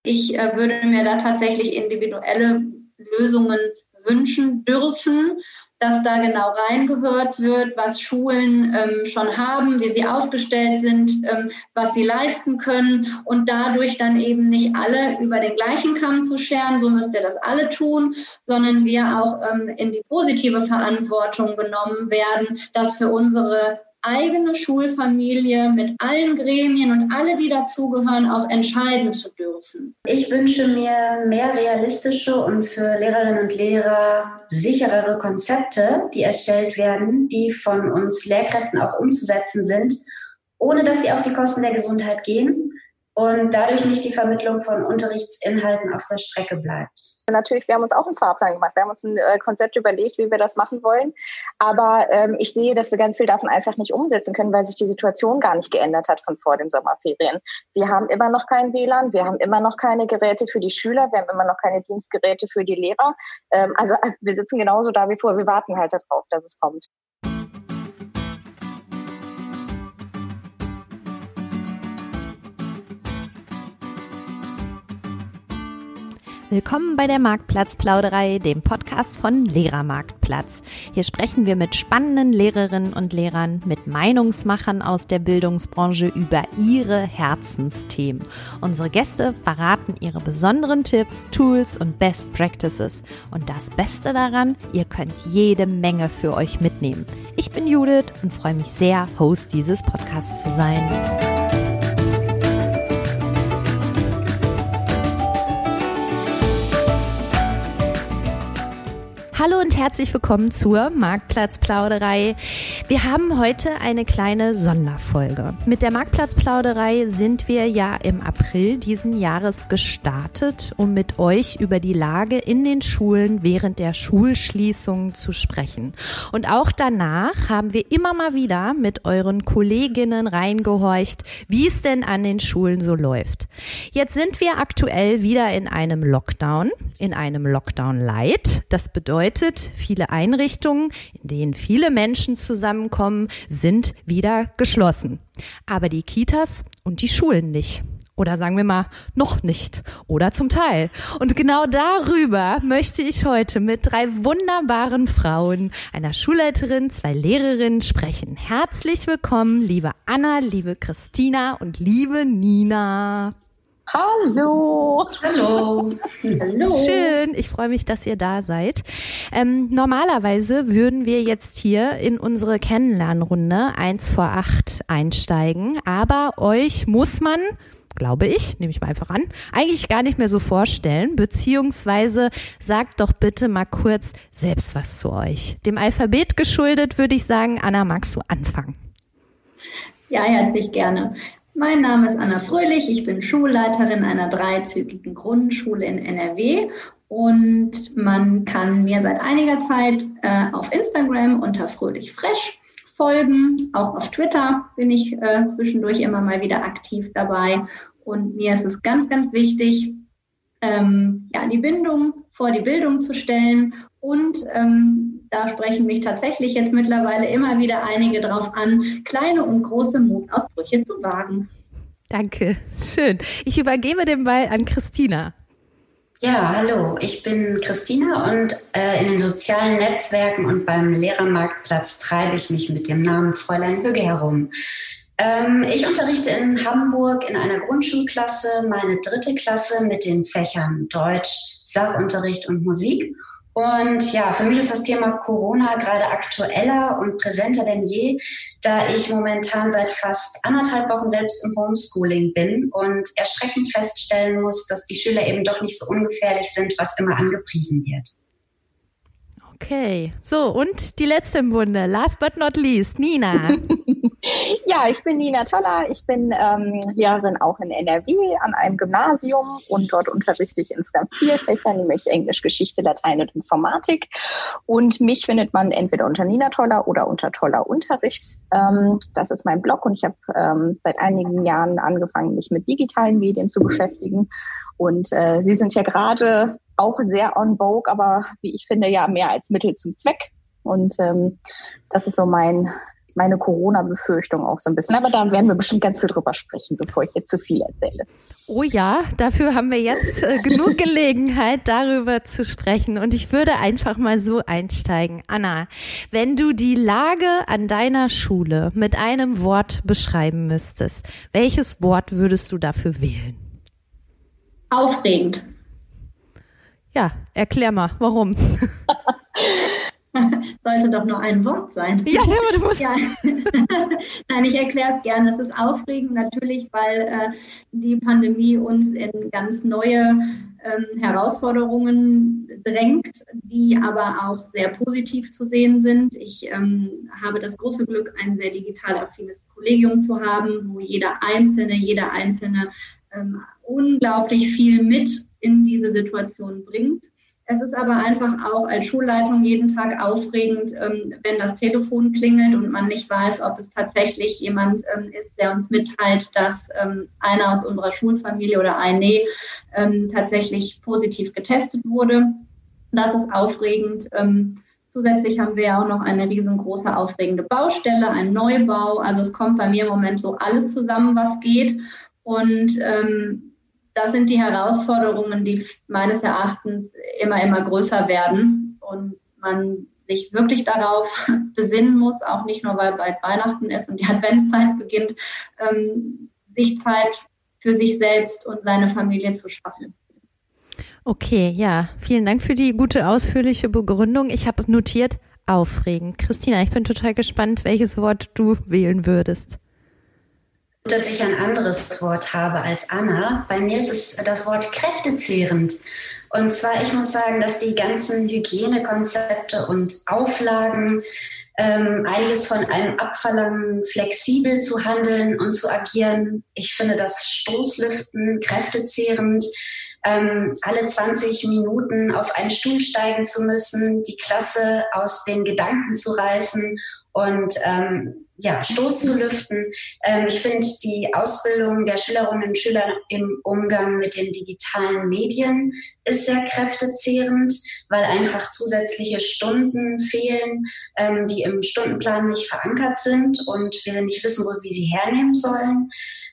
Ich würde mir da tatsächlich individuelle Lösungen wünschen dürfen, dass da genau reingehört wird, was Schulen schon haben, wie sie aufgestellt sind, was sie leisten können und dadurch dann eben nicht alle über den gleichen Kamm zu scheren, so müsst ihr das alle tun, sondern wir auch in die positive Verantwortung genommen werden, dass für unsere eigene Schulfamilie mit allen Gremien und alle, die dazugehören, auch entscheiden zu dürfen. Ich wünsche mir mehr realistische und für Lehrerinnen und Lehrer sicherere Konzepte, die erstellt werden, die von uns Lehrkräften auch umzusetzen sind, ohne dass sie auf die Kosten der Gesundheit gehen und dadurch nicht die Vermittlung von Unterrichtsinhalten auf der Strecke bleibt. Natürlich, wir haben uns auch einen Fahrplan gemacht. Wir haben uns ein Konzept überlegt, wie wir das machen wollen. Aber ich sehe, dass wir ganz viel davon einfach nicht umsetzen können, weil sich die Situation gar nicht geändert hat von vor den Sommerferien. Wir haben immer noch kein WLAN, wir haben immer noch keine Geräte für die Schüler, wir haben immer noch keine Dienstgeräte für die Lehrer. Also wir sitzen genauso da wie vor. Wir warten halt darauf, dass es kommt. Willkommen bei der Marktplatzplauderei, dem Podcast von Lehrermarktplatz. Hier sprechen wir mit spannenden Lehrerinnen und Lehrern, mit Meinungsmachern aus der Bildungsbranche über ihre Herzensthemen. Unsere Gäste verraten ihre besonderen Tipps, Tools und Best Practices. Und das Beste daran, ihr könnt jede Menge für euch mitnehmen. Ich bin Judith und freue mich sehr, Host dieses Podcasts zu sein. Hallo und herzlich willkommen zur Marktplatzplauderei. Wir haben heute eine kleine Sonderfolge. Mit der Marktplatzplauderei sind wir ja im April diesen Jahres gestartet, um mit euch über die Lage in den Schulen während der Schulschließung zu sprechen. Und auch danach haben wir immer mal wieder mit euren Kolleginnen reingehorcht, wie es denn an den Schulen so läuft. Jetzt sind wir aktuell wieder in einem Lockdown Light. Das bedeutet, viele Einrichtungen, in denen viele Menschen zusammenkommen, sind wieder geschlossen. Aber die Kitas und die Schulen nicht. Oder sagen wir mal, noch nicht. Oder zum Teil. Und genau darüber möchte ich heute mit 3 wunderbaren Frauen, einer Schulleiterin, 2 Lehrerinnen sprechen. Herzlich willkommen, liebe Anna, liebe Christina und liebe Nina. Hallo. Hallo. Hallo. Schön, ich freue mich, dass ihr da seid. Normalerweise würden wir jetzt hier in unsere Kennenlernrunde 1 vor 8 einsteigen, aber euch muss man, glaube ich, nehme ich mal einfach an, eigentlich gar nicht mehr so vorstellen, beziehungsweise sagt doch bitte mal kurz selbst was zu euch. Dem Alphabet geschuldet würde ich sagen, Anna, magst du anfangen? Ja, herzlich gerne. Mein Name ist Anna Fröhlich, ich bin Schulleiterin einer 3-zügigen Grundschule in NRW und man kann mir seit einiger Zeit auf Instagram unter fröhlichfresh folgen. Auch auf Twitter bin ich zwischendurch immer mal wieder aktiv dabei und mir ist es ganz, ganz wichtig, die Bindung vor die Bildung zu stellen und da sprechen mich tatsächlich jetzt mittlerweile immer wieder einige drauf an, kleine und große Mutausbrüche zu wagen. Danke, schön. Ich übergebe den Ball an Christina. Ja, hallo, ich bin Christina und in den sozialen Netzwerken und beim Lehrermarktplatz treibe ich mich mit dem Namen Fräulein Hügge herum. Ich unterrichte in Hamburg in einer Grundschulklasse, meine 3. Klasse mit den Fächern Deutsch, Sachunterricht und Musik. Und ja, für mich ist das Thema Corona gerade aktueller und präsenter denn je, da ich momentan seit fast 1,5 Wochen selbst im Homeschooling bin und erschreckend feststellen muss, dass die Schüler eben doch nicht so ungefährlich sind, was immer angepriesen wird. Okay, so und die letzte im Bunde, last but not least, Nina. Ja, ich bin Nina Toller. Ich bin Lehrerin auch in NRW an einem Gymnasium und dort unterrichte ich insgesamt 4 Fächer, nämlich Englisch, Geschichte, Latein und Informatik. Und mich findet man entweder unter Nina Toller oder unter Toller Unterricht. Das ist mein Blog und ich habe seit einigen Jahren angefangen, mich mit digitalen Medien zu beschäftigen. Und sie sind ja gerade auch sehr on vogue, aber wie ich finde, ja mehr als Mittel zum Zweck. Und das ist so mein meine Corona-Befürchtung auch so ein bisschen. Aber da werden wir bestimmt ganz viel drüber sprechen, bevor ich jetzt zu viel erzähle. Oh ja, dafür haben wir jetzt genug Gelegenheit, darüber zu sprechen. Und ich würde einfach mal so einsteigen. Anna, wenn du die Lage an deiner Schule mit einem Wort beschreiben müsstest, welches Wort würdest du dafür wählen? Aufregend. Ja, erklär mal, warum? Sollte doch nur ein Wort sein. Ja, aber du musst... Ja. Nein, ich erkläre es gerne. Es ist aufregend natürlich, weil die Pandemie uns in ganz neue Herausforderungen drängt, die aber auch sehr positiv zu sehen sind. Ich habe das große Glück, ein sehr digital affines Kollegium zu haben, wo jeder Einzelne unglaublich viel mit in diese Situation bringt. Es ist aber einfach auch als Schulleitung jeden Tag aufregend, wenn das Telefon klingelt und man nicht weiß, ob es tatsächlich jemand ist, der uns mitteilt, dass einer aus unserer Schulfamilie oder tatsächlich positiv getestet wurde. Das ist aufregend. Zusätzlich haben wir ja auch noch eine riesengroße aufregende Baustelle, einen Neubau. Also es kommt bei mir im Moment so alles zusammen, was geht. Und das sind die Herausforderungen, die meines Erachtens immer größer werden und man sich wirklich darauf besinnen muss, auch nicht nur, weil bald Weihnachten ist und die Adventszeit beginnt, sich Zeit für sich selbst und seine Familie zu schaffen. Okay, ja, vielen Dank für die gute, ausführliche Begründung. Ich habe notiert, aufregend. Christina, ich bin total gespannt, welches Wort du wählen würdest. Dass ich ein anderes Wort habe als Anna. Bei mir ist es das Wort kräftezehrend. Und zwar, ich muss sagen, dass die ganzen Hygienekonzepte und Auflagen einiges von einem abverlangen, flexibel zu handeln und zu agieren. Ich finde das Stoßlüften kräftezehrend. Alle 20 Minuten auf einen Stuhl steigen zu müssen, die Klasse aus den Gedanken zu reißen und Stoß zu lüften. Ich finde die Ausbildung der Schülerinnen und Schüler im Umgang mit den digitalen Medien ist sehr kräftezehrend, weil einfach zusätzliche Stunden fehlen, die im Stundenplan nicht verankert sind und wir nicht wissen, wo wir sie hernehmen sollen.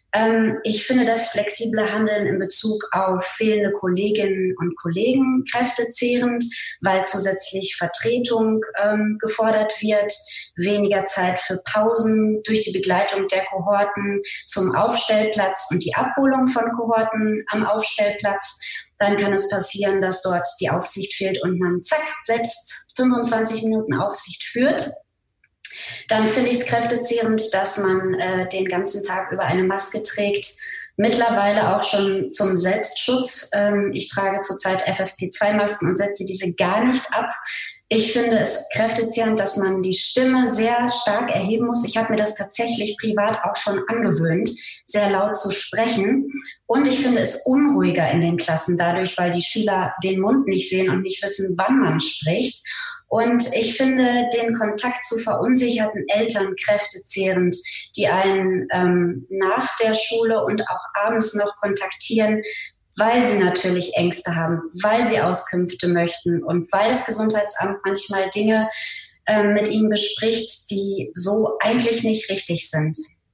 Ich finde das flexible Handeln in Bezug auf fehlende Kolleginnen und Kollegen kräftezehrend, weil zusätzlich Vertretung gefordert wird, weniger Zeit für Pausen durch die Begleitung der Kohorten zum Aufstellplatz und die Abholung von Kohorten am Aufstellplatz. Dann kann es passieren, dass dort die Aufsicht fehlt und man selbst 25 Minuten Aufsicht führt. Dann finde ich es kräftezehrend, dass man den ganzen Tag über eine Maske trägt. Mittlerweile auch schon zum Selbstschutz. Ich trage zurzeit FFP2-Masken und setze diese gar nicht ab. Ich finde es kräftezehrend, dass man die Stimme sehr stark erheben muss. Ich habe mir das tatsächlich privat auch schon angewöhnt, sehr laut zu sprechen. Und ich finde es unruhiger in den Klassen dadurch, weil die Schüler den Mund nicht sehen und nicht wissen, wann man spricht. Und ich finde den Kontakt zu verunsicherten Eltern kräftezehrend, die einen nach der Schule und auch abends noch kontaktieren, weil sie natürlich Ängste haben, weil sie Auskünfte möchten und weil das Gesundheitsamt manchmal Dinge mit ihnen bespricht, die so eigentlich nicht richtig sind.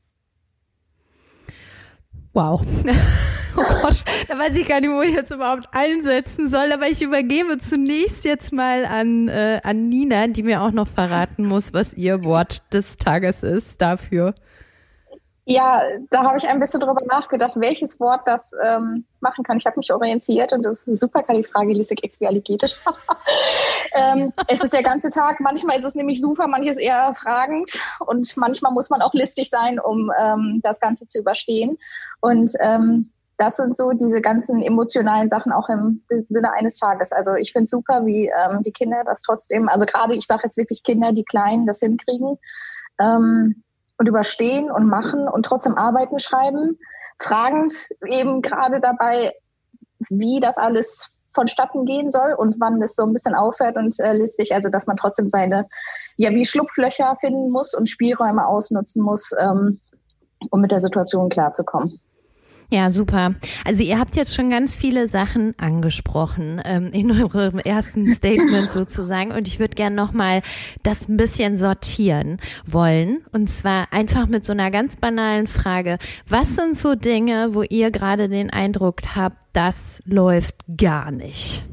Wow. Oh Gott, da weiß ich gar nicht, wo ich jetzt überhaupt einsetzen soll, aber ich übergebe zunächst jetzt mal an Nina, die mir auch noch verraten muss, was ihr Wort des Tages ist dafür. Ja, da habe ich ein bisschen drüber nachgedacht, welches Wort das machen kann. Ich habe mich orientiert und das ist superkalifragilistikexpialigetisch. Es ist der ganze Tag, manchmal ist es nämlich super, manches eher fragend und manchmal muss man auch listig sein, um das Ganze zu überstehen. Und das sind so diese ganzen emotionalen Sachen auch im Sinne eines Tages. Also ich finde es super, wie die Kinder das trotzdem, also gerade ich sage jetzt wirklich Kinder, die Kleinen das hinkriegen und überstehen und machen und trotzdem Arbeiten schreiben. Fragend eben gerade dabei, wie das alles vonstatten gehen soll und wann es so ein bisschen aufhört und listig, also dass man trotzdem seine, wie Schlupflöcher finden muss und Spielräume ausnutzen muss, um mit der Situation klarzukommen. Ja, super. Also ihr habt jetzt schon ganz viele Sachen angesprochen in eurem ersten Statement sozusagen, und ich würde gerne nochmal das ein bisschen sortieren wollen, und zwar einfach mit so einer ganz banalen Frage: Was sind so Dinge, wo ihr gerade den Eindruck habt, das läuft gar nicht?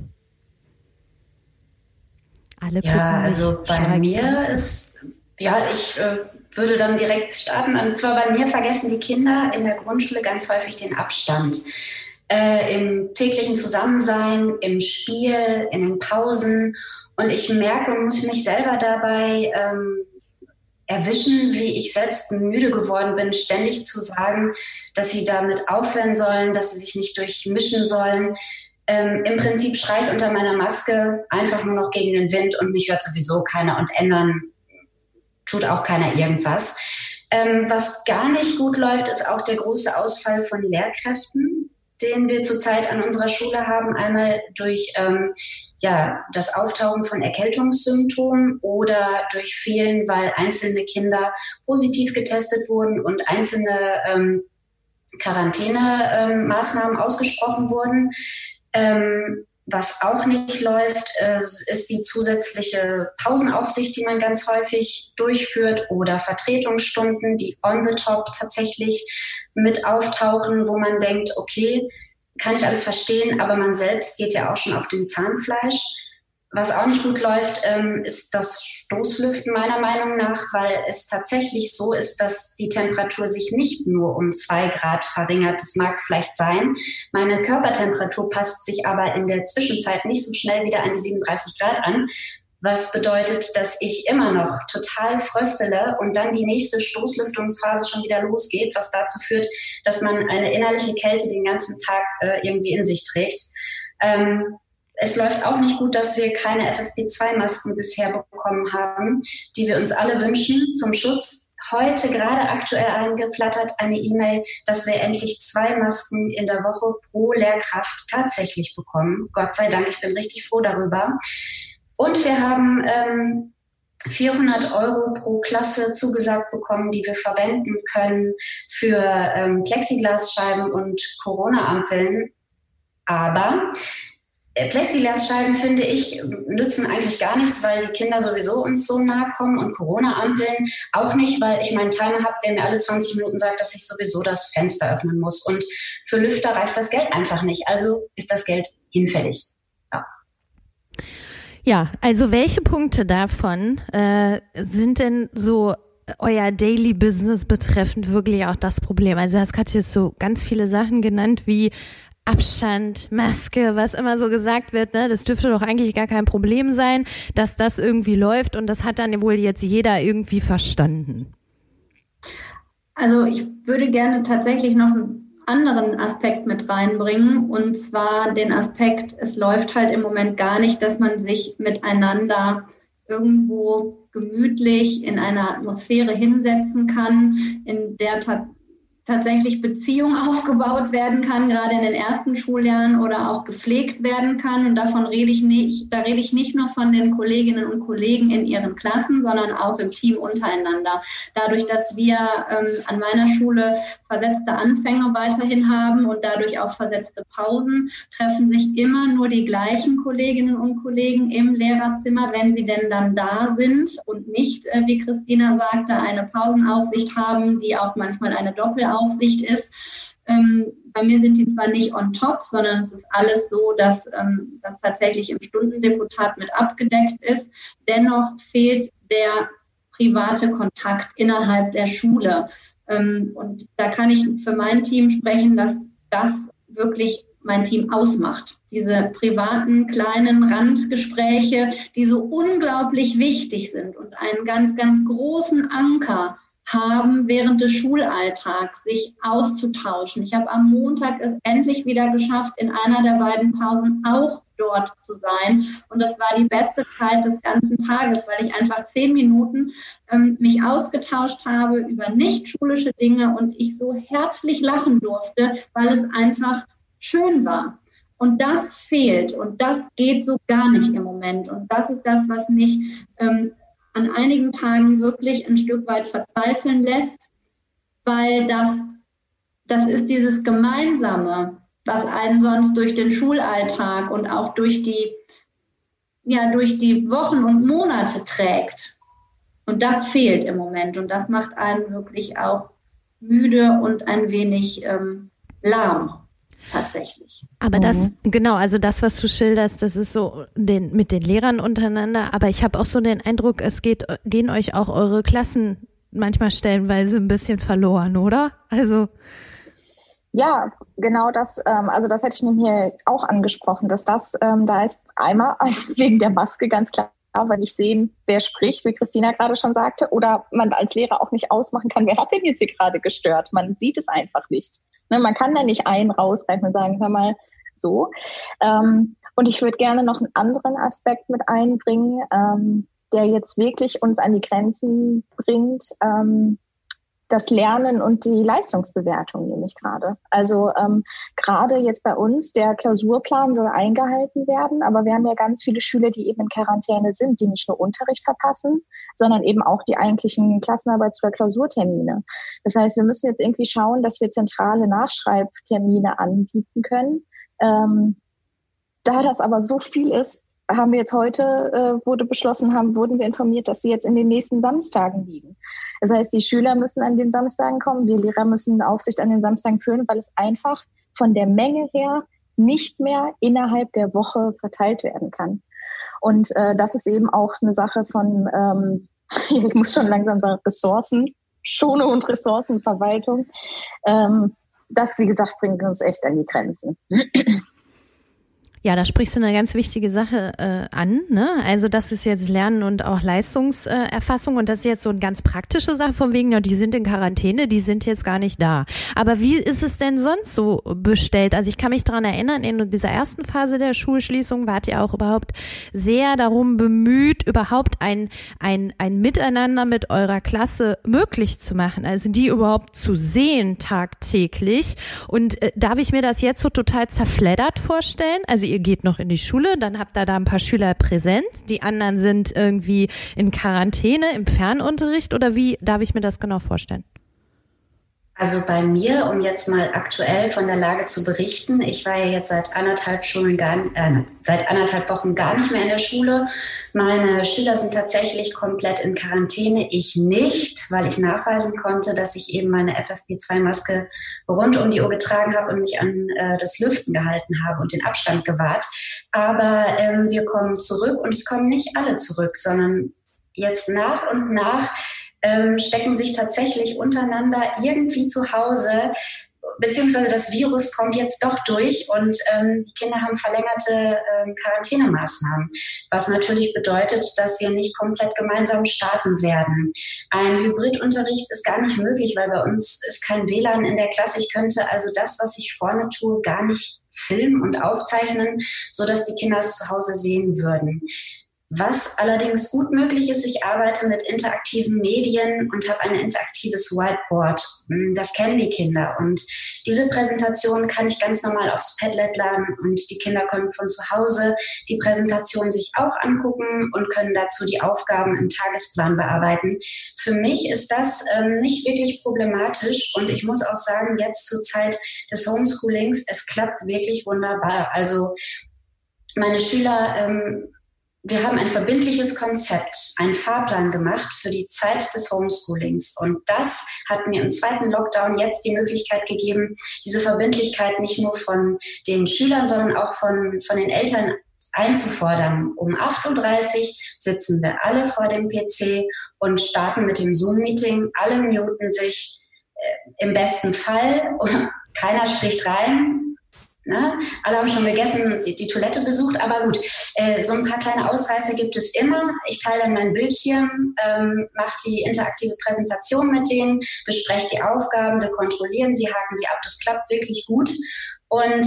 Alle gucken mich also bei mir ist, ich würde dann direkt starten. Und zwar bei mir vergessen die Kinder in der Grundschule ganz häufig den Abstand. Im täglichen Zusammensein, im Spiel, in den Pausen. Und ich merke und muss mich selber dabei erwischen, wie ich selbst müde geworden bin, ständig zu sagen, dass sie damit aufhören sollen, dass sie sich nicht durchmischen sollen. Im Prinzip schreie ich unter meiner Maske einfach nur noch gegen den Wind und mich hört sowieso keiner und ändern tut auch keiner irgendwas. Was gar nicht gut läuft, ist auch der große Ausfall von Lehrkräften, den wir zurzeit an unserer Schule haben. Einmal durch das Auftauchen von Erkältungssymptomen oder durch Fehlen, weil einzelne Kinder positiv getestet wurden und einzelne Quarantänemaßnahmen ausgesprochen wurden. Was auch nicht läuft, ist die zusätzliche Pausenaufsicht, die man ganz häufig durchführt, oder Vertretungsstunden, die on the top tatsächlich mit auftauchen, wo man denkt, okay, kann ich alles verstehen, aber man selbst geht ja auch schon auf dem Zahnfleisch. Was auch nicht gut läuft, ist das Stoßlüften meiner Meinung nach, weil es tatsächlich so ist, dass die Temperatur sich nicht nur um 2 Grad verringert. Das mag vielleicht sein. Meine Körpertemperatur passt sich aber in der Zwischenzeit nicht so schnell wieder an die 37 Grad an, was bedeutet, dass ich immer noch total fröstele und dann die nächste Stoßlüftungsphase schon wieder losgeht, was dazu führt, dass man eine innerliche Kälte den ganzen Tag irgendwie in sich trägt. Es läuft auch nicht gut, dass wir keine FFP2-Masken bisher bekommen haben, die wir uns alle wünschen zum Schutz. Heute gerade aktuell eingeflattert eine E-Mail, dass wir endlich 2 Masken in der Woche pro Lehrkraft tatsächlich bekommen. Gott sei Dank, ich bin richtig froh darüber. Und wir haben 400 € pro Klasse zugesagt bekommen, die wir verwenden können für Plexiglasscheiben und Corona-Ampeln. Aber Plexiglasscheiben, finde ich, nützen eigentlich gar nichts, weil die Kinder sowieso uns so nahe kommen, und Corona-Ampeln auch nicht, weil ich meinen Timer habe, der mir alle 20 Minuten sagt, dass ich sowieso das Fenster öffnen muss. Und für Lüfter reicht das Geld einfach nicht. Also ist das Geld hinfällig. Ja, also welche Punkte davon sind denn so euer Daily Business betreffend wirklich auch das Problem? Also du hast gerade jetzt so ganz viele Sachen genannt wie Abstand, Maske, was immer so gesagt wird, ne? Das dürfte doch eigentlich gar kein Problem sein, dass das irgendwie läuft, und das hat dann wohl jetzt jeder irgendwie verstanden. Also ich würde gerne tatsächlich noch einen anderen Aspekt mit reinbringen, und zwar den Aspekt, es läuft halt im Moment gar nicht, dass man sich miteinander irgendwo gemütlich in einer Atmosphäre hinsetzen kann, in der tatsächlich Beziehung aufgebaut werden kann, gerade in den ersten Schuljahren, oder auch gepflegt werden kann. Und davon rede ich nicht, da rede ich nicht nur von den Kolleginnen und Kollegen in ihren Klassen, sondern auch im Team untereinander. Dadurch, dass wir an meiner Schule versetzte Anfänge weiterhin haben und dadurch auch versetzte Pausen, treffen sich immer nur die gleichen Kolleginnen und Kollegen im Lehrerzimmer, wenn sie denn dann da sind und nicht, wie Christina sagte, eine Pausenaufsicht haben, die auch manchmal eine Doppelaufsicht ist. Bei mir sind die zwar nicht on top, sondern es ist alles so, dass das tatsächlich im Stundendeputat mit abgedeckt ist. Dennoch fehlt der private Kontakt innerhalb der Schule. Und da kann ich für mein Team sprechen, dass das wirklich mein Team ausmacht. Diese privaten, kleinen Randgespräche, die so unglaublich wichtig sind und einen ganz, ganz großen Anker haben, während des Schulalltags sich auszutauschen. Ich habe am Montag es endlich wieder geschafft, in einer der beiden Pausen auch dort zu sein. Und das war die beste Zeit des ganzen Tages, weil ich einfach 10 Minuten mich ausgetauscht habe über nicht schulische Dinge und ich so herzlich lachen durfte, weil es einfach schön war. Und das fehlt und das geht so gar nicht im Moment. Und das ist das, was mich an einigen Tagen wirklich ein Stück weit verzweifeln lässt, weil das das ist dieses Gemeinsame, was einen sonst durch den Schulalltag und auch durch die Wochen und Monate trägt. Und das fehlt im Moment und das macht einen wirklich auch müde und ein wenig lahm. Tatsächlich. Aber das, genau, also das, was du schilderst, das ist so mit den Lehrern untereinander, aber ich habe auch so den Eindruck, gehen euch auch eure Klassen manchmal stellenweise ein bisschen verloren, oder? Also ja, genau das, also das hätte ich nämlich auch angesprochen, dass das, da ist einmal wegen der Maske ganz klar, weil nicht sehen, wer spricht, wie Christina gerade schon sagte, oder man als Lehrer auch nicht ausmachen kann, wer hat denn jetzt hier gerade gestört? Man sieht es einfach nicht. Ne, man kann da nicht einen rausgreifen und sagen, hör mal, so. Und ich würde gerne noch einen anderen Aspekt mit einbringen, der jetzt wirklich uns an die Grenzen bringt, das Lernen und die Leistungsbewertung nämlich gerade. Also gerade jetzt bei uns, der Klausurplan soll eingehalten werden, aber wir haben ja ganz viele Schüler, die eben in Quarantäne sind, die nicht nur Unterricht verpassen, sondern eben auch die eigentlichen Klassenarbeits- oder Klausurtermine. Das heißt, wir müssen jetzt irgendwie schauen, dass wir zentrale Nachschreibtermine anbieten können. Da das aber so viel ist, haben wir jetzt heute, wurden wir informiert, dass sie jetzt in den nächsten Samstagen liegen. Das heißt, die Schüler müssen an den Samstagen kommen, wir Lehrer müssen eine Aufsicht an den Samstagen führen, weil es einfach von der Menge her nicht mehr innerhalb der Woche verteilt werden kann. Und das ist eben auch eine Sache von, ich muss schon langsam sagen, Ressourcenschonung und Ressourcenverwaltung. Das, wie gesagt, bringt uns echt an die Grenzen. Ja, da sprichst du eine ganz wichtige Sache an, ne? Also das ist jetzt Lernen und auch Leistungserfassung und das ist jetzt so eine ganz praktische Sache von wegen, ja, die sind in Quarantäne, die sind jetzt gar nicht da. Aber wie ist es denn sonst so bestellt? Also ich kann mich daran erinnern, in dieser ersten Phase der Schulschließung wart ihr auch überhaupt sehr darum bemüht, überhaupt ein Miteinander mit eurer Klasse möglich zu machen, also die überhaupt zu sehen tagtäglich. Und darf ich mir das jetzt so total zerfleddert vorstellen? Also ihr geht noch in die Schule, dann habt ihr da ein paar Schüler präsent, die anderen sind irgendwie in Quarantäne, im Fernunterricht oder wie darf ich mir das genau vorstellen? Also bei mir, um jetzt mal aktuell von der Lage zu berichten, ich war ja jetzt seit anderthalb Wochen gar nicht mehr in der Schule. Meine Schüler sind tatsächlich komplett in Quarantäne, ich nicht, weil ich nachweisen konnte, dass ich eben meine FFP2-Maske rund um die Uhr getragen habe und mich an das Lüften gehalten habe und den Abstand gewahrt. Aber wir kommen zurück und es kommen nicht alle zurück, sondern jetzt nach und nach stecken sich tatsächlich untereinander irgendwie zu Hause, beziehungsweise das Virus kommt jetzt doch durch und die Kinder haben verlängerte Quarantänemaßnahmen, was natürlich bedeutet, dass wir nicht komplett gemeinsam starten werden. Ein Hybridunterricht ist gar nicht möglich, weil bei uns ist kein WLAN in der Klasse. Ich könnte also das, was ich vorne tue, gar nicht filmen und aufzeichnen, sodass die Kinder es zu Hause sehen würden. Was allerdings gut möglich ist, ich arbeite mit interaktiven Medien und habe ein interaktives Whiteboard. Das kennen die Kinder. Und diese Präsentation kann ich ganz normal aufs Padlet laden und die Kinder können von zu Hause die Präsentation sich auch angucken und können dazu die Aufgaben im Tagesplan bearbeiten. Für mich ist das nicht wirklich problematisch und ich muss auch sagen, jetzt zur Zeit des Homeschoolings, es klappt wirklich wunderbar. Also meine Schüler wir haben ein verbindliches Konzept, einen Fahrplan gemacht für die Zeit des Homeschoolings. Und das hat mir im zweiten Lockdown jetzt die Möglichkeit gegeben, diese Verbindlichkeit nicht nur von den Schülern, sondern auch von den Eltern einzufordern. Um 8.30 Uhr sitzen wir alle vor dem PC und starten mit dem Zoom-Meeting. Alle muten sich im besten Fall. Keiner spricht rein. Ne? Alle haben schon gegessen, die Toilette besucht, aber gut, so ein paar kleine Ausreißer gibt es immer. Ich teile dann meinen Bildschirm, mache die interaktive Präsentation mit denen, bespreche die Aufgaben, wir kontrollieren sie, haken sie ab, das klappt wirklich gut. Und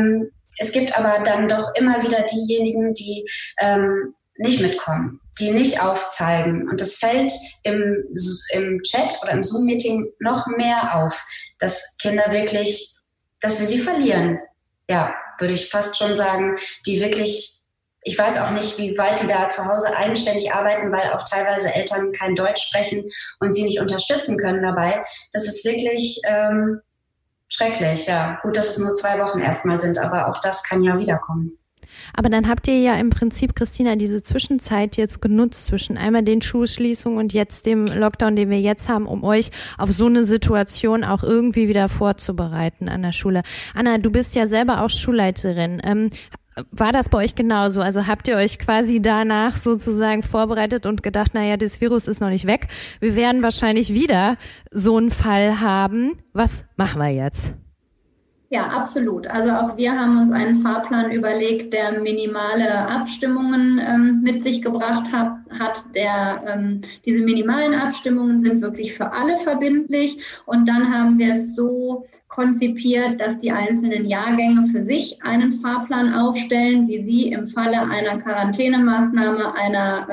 es gibt aber dann doch immer wieder diejenigen, die nicht mitkommen, die nicht aufzeigen. Und das fällt im Chat oder im Zoom-Meeting noch mehr auf, dass Kinder wirklich, dass wir sie verlieren. Ja, würde ich fast schon sagen, die wirklich, ich weiß auch nicht, wie weit die da zu Hause eigenständig arbeiten, weil auch teilweise Eltern kein Deutsch sprechen und sie nicht unterstützen können dabei. Das ist wirklich schrecklich, ja. Gut, dass es nur 2 Wochen erstmal sind, aber auch das kann ja wiederkommen. Aber dann habt ihr ja im Prinzip, Christina, diese Zwischenzeit jetzt genutzt zwischen einmal den Schulschließungen und jetzt dem Lockdown, den wir jetzt haben, um euch auf so eine Situation auch irgendwie wieder vorzubereiten an der Schule. Anna, du bist ja selber auch Schulleiterin. War das bei euch genauso? Also habt ihr euch quasi danach sozusagen vorbereitet und gedacht, naja, das Virus ist noch nicht weg. Wir werden wahrscheinlich wieder so einen Fall haben. Was machen wir jetzt? Ja, absolut. Also auch wir haben uns einen Fahrplan überlegt, der minimale Abstimmungen mit sich gebracht hat. Diese minimalen Abstimmungen sind wirklich für alle verbindlich. Und dann haben wir es so konzipiert, dass die einzelnen Jahrgänge für sich einen Fahrplan aufstellen, wie sie im Falle einer Quarantänemaßnahme, einer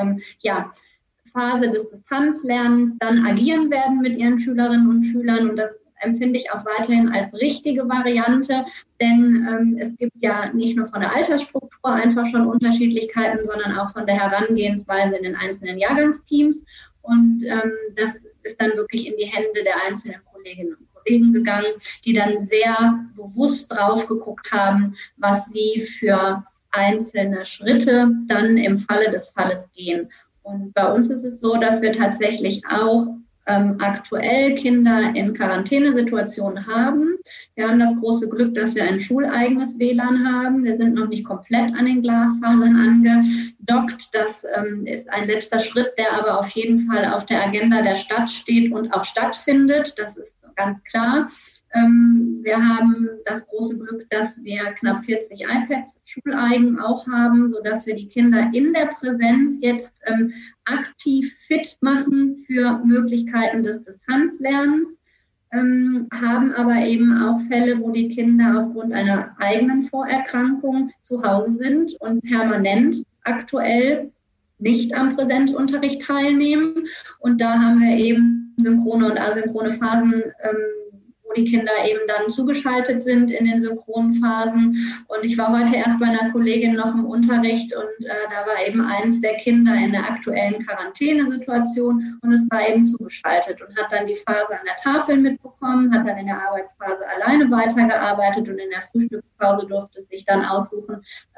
Phase des Distanzlernens dann agieren werden mit ihren Schülerinnen und Schülern. Und das empfinde ich auch weiterhin als richtige Variante, denn es gibt ja nicht nur von der Altersstruktur einfach schon Unterschiedlichkeiten, sondern auch von der Herangehensweise in den einzelnen Jahrgangsteams. Und das ist dann wirklich in die Hände der einzelnen Kolleginnen und Kollegen gegangen, die dann sehr bewusst drauf geguckt haben, was sie für einzelne Schritte dann im Falle des Falles gehen. Und bei uns ist es so, dass wir tatsächlich auch aktuell Kinder in Quarantänesituationen haben. Wir haben das große Glück, dass wir ein schuleigenes WLAN haben. Wir sind noch nicht komplett an den Glasfasern angedockt. Das ist ein letzter Schritt, der aber auf jeden Fall auf der Agenda der Stadt steht und auch stattfindet. Das ist ganz klar. Wir haben das große Glück, dass wir knapp 40 iPads schuleigen auch haben, sodass wir die Kinder in der Präsenz jetzt aktiv fit machen für Möglichkeiten des Distanzlernens, haben aber eben auch Fälle, wo die Kinder aufgrund einer eigenen Vorerkrankung zu Hause sind und permanent aktuell nicht am Präsenzunterricht teilnehmen. Und da haben wir eben synchrone und asynchrone Phasen, wo die Kinder eben dann zugeschaltet sind in den synchronen Phasen. Und ich war heute erst bei einer Kollegin noch im Unterricht und da war eben eins der Kinder in der aktuellen Quarantänesituation und es war eben zugeschaltet und hat dann die Phase an der Tafel mitbekommen, hat dann in der Arbeitsphase alleine weitergearbeitet und in der Frühstückspause durfte es sich dann aussuchen,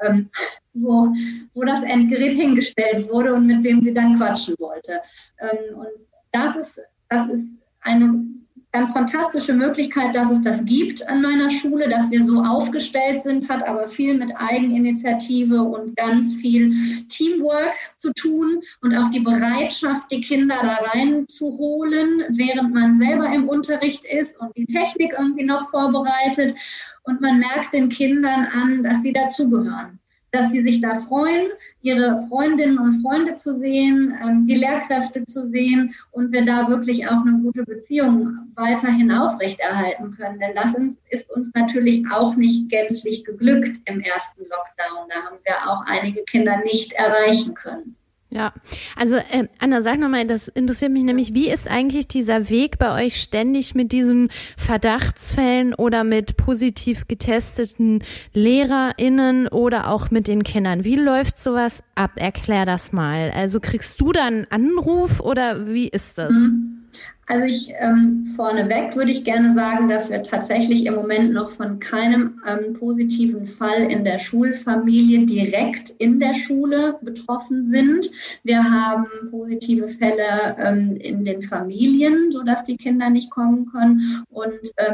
wo das Endgerät hingestellt wurde und mit wem sie dann quatschen wollte. Und das ist eine ganz fantastische Möglichkeit, dass es das gibt an meiner Schule, dass wir so aufgestellt sind, hat aber viel mit Eigeninitiative und ganz viel Teamwork zu tun und auch die Bereitschaft, die Kinder da reinzuholen, während man selber im Unterricht ist und die Technik irgendwie noch vorbereitet. Und man merkt den Kindern an, dass sie dazugehören, dass sie sich da freuen, ihre Freundinnen und Freunde zu sehen, die Lehrkräfte zu sehen und wir da wirklich auch eine gute Beziehung weiterhin aufrechterhalten können. Denn das ist uns natürlich auch nicht gänzlich geglückt im ersten Lockdown. Da haben wir auch einige Kinder nicht erreichen können. Ja, also Anna, sag nochmal, das interessiert mich nämlich, wie ist eigentlich dieser Weg bei euch ständig mit diesen Verdachtsfällen oder mit positiv getesteten LehrerInnen oder auch mit den Kindern? Wie läuft sowas ab? Erklär das mal. Also kriegst du da einen Anruf oder wie ist das? Also vorneweg würde ich gerne sagen, dass wir tatsächlich im Moment noch von keinem positiven Fall in der Schulfamilie direkt in der Schule betroffen sind. Wir haben positive Fälle in den Familien, sodass die Kinder nicht kommen können. Und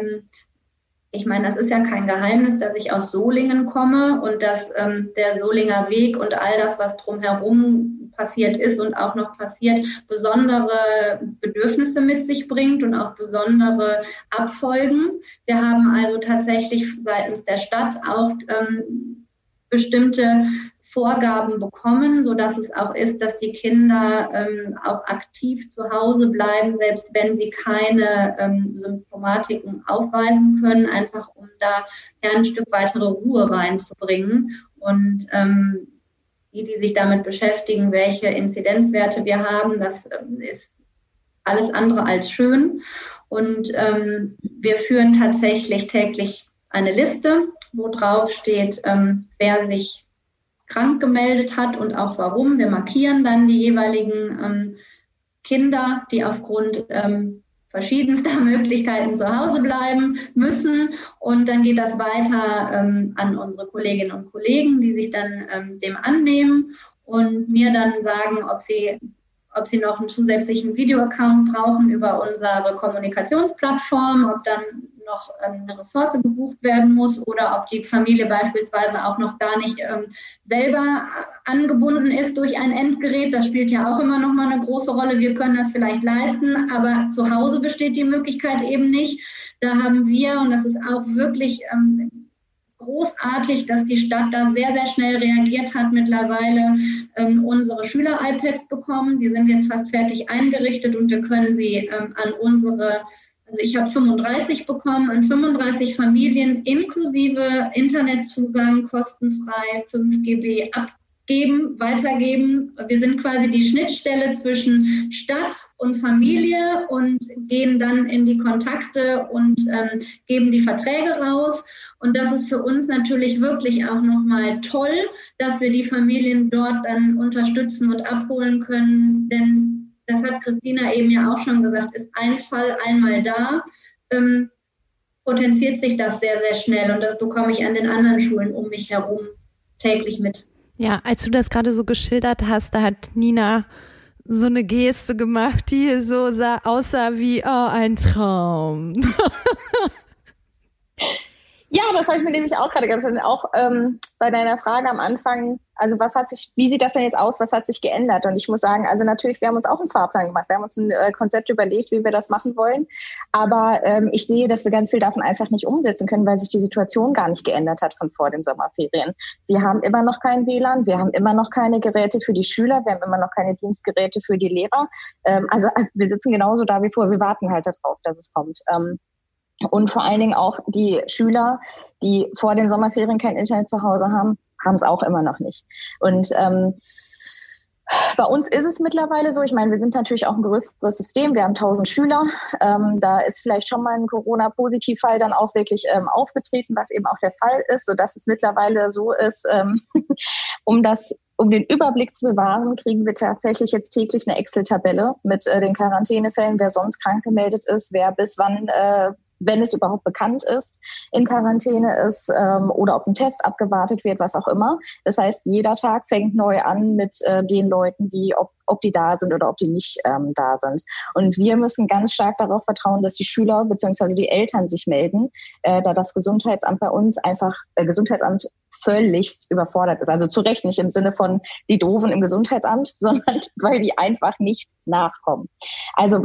ich meine, das ist ja kein Geheimnis, dass ich aus Solingen komme und dass der Solinger Weg und all das, was drumherum passiert ist und auch noch passiert, besondere Bedürfnisse mit sich bringt und auch besondere Abfolgen. Wir haben also tatsächlich seitens der Stadt auch bestimmte Vorgaben bekommen, sodass es auch ist, dass die Kinder auch aktiv zu Hause bleiben, selbst wenn sie keine Symptomatiken aufweisen können, einfach um da ein Stück weitere Ruhe reinzubringen. Und die sich damit beschäftigen, welche Inzidenzwerte wir haben, das ist alles andere als schön. Und wir führen tatsächlich täglich eine Liste, wo drauf steht, wer sich krank gemeldet hat und auch warum. Wir markieren dann die jeweiligen Kinder, die aufgrund verschiedenster Möglichkeiten zu Hause bleiben müssen. Und dann geht das weiter an unsere Kolleginnen und Kollegen, die sich dann dem annehmen und mir dann sagen, ob sie noch einen zusätzlichen Video-Account brauchen über unsere Kommunikationsplattform, ob dann noch eine Ressource gebucht werden muss oder ob die Familie beispielsweise auch noch gar nicht selber angebunden ist durch ein Endgerät. Das spielt ja auch immer noch mal eine große Rolle. Wir können das vielleicht leisten, aber zu Hause besteht die Möglichkeit eben nicht. Da haben wir, und das ist auch wirklich großartig, dass die Stadt da sehr, sehr schnell reagiert hat, mittlerweile unsere Schüler-iPads bekommen. Die sind jetzt fast fertig eingerichtet und wir können sie an unsere, also ich habe 35 bekommen, an 35 Familien inklusive Internetzugang, kostenfrei, 5 GB weitergeben. Wir sind quasi die Schnittstelle zwischen Stadt und Familie und gehen dann in die Kontakte und geben die Verträge raus. Und das ist für uns natürlich wirklich auch nochmal toll, dass wir die Familien dort dann unterstützen und abholen können. Denn das hat Christina eben ja auch schon gesagt, ist ein Fall einmal da, potenziert sich das sehr, sehr schnell. Und das bekomme ich an den anderen Schulen um mich herum täglich mit. Ja, als du das gerade so geschildert hast, da hat Nina so eine Geste gemacht, die so aussah wie ein Traum. Ja, das habe ich mir nämlich auch gerade gedacht. Auch bei deiner Frage am Anfang, also wie sieht das denn jetzt aus, was hat sich geändert? Und ich muss sagen, also natürlich, wir haben uns auch einen Fahrplan gemacht, wir haben uns ein Konzept überlegt, wie wir das machen wollen. Aber ich sehe, dass wir ganz viel davon einfach nicht umsetzen können, weil sich die Situation gar nicht geändert hat von vor den Sommerferien. Wir haben immer noch kein WLAN, wir haben immer noch keine Geräte für die Schüler, wir haben immer noch keine Dienstgeräte für die Lehrer. Also wir sitzen genauso da wie vor, wir warten halt darauf, dass es kommt. Und vor allen Dingen auch die Schüler, die vor den Sommerferien kein Internet zu Hause haben, haben es auch immer noch nicht. Und bei uns ist es mittlerweile so, ich meine, wir sind natürlich auch ein größeres System, wir haben 1000 Schüler, da ist vielleicht schon mal ein Corona-Positivfall dann auch wirklich aufgetreten, was eben auch der Fall ist, sodass es mittlerweile so ist, um den Überblick zu bewahren, kriegen wir tatsächlich jetzt täglich eine Excel-Tabelle mit den Quarantänefällen, wer sonst krank gemeldet ist, wer bis wann, wenn es überhaupt bekannt ist, in Quarantäne ist oder ob ein Test abgewartet wird, was auch immer. Das heißt, jeder Tag fängt neu an mit den Leuten, die, ob die da sind oder ob die nicht da sind. Und wir müssen ganz stark darauf vertrauen, dass die Schüler bzw. die Eltern sich melden, da das Gesundheitsamt bei uns einfach, Gesundheitsamt völligst überfordert ist. Also zu Recht nicht im Sinne von die Doofen im Gesundheitsamt, sondern weil die einfach nicht nachkommen. Also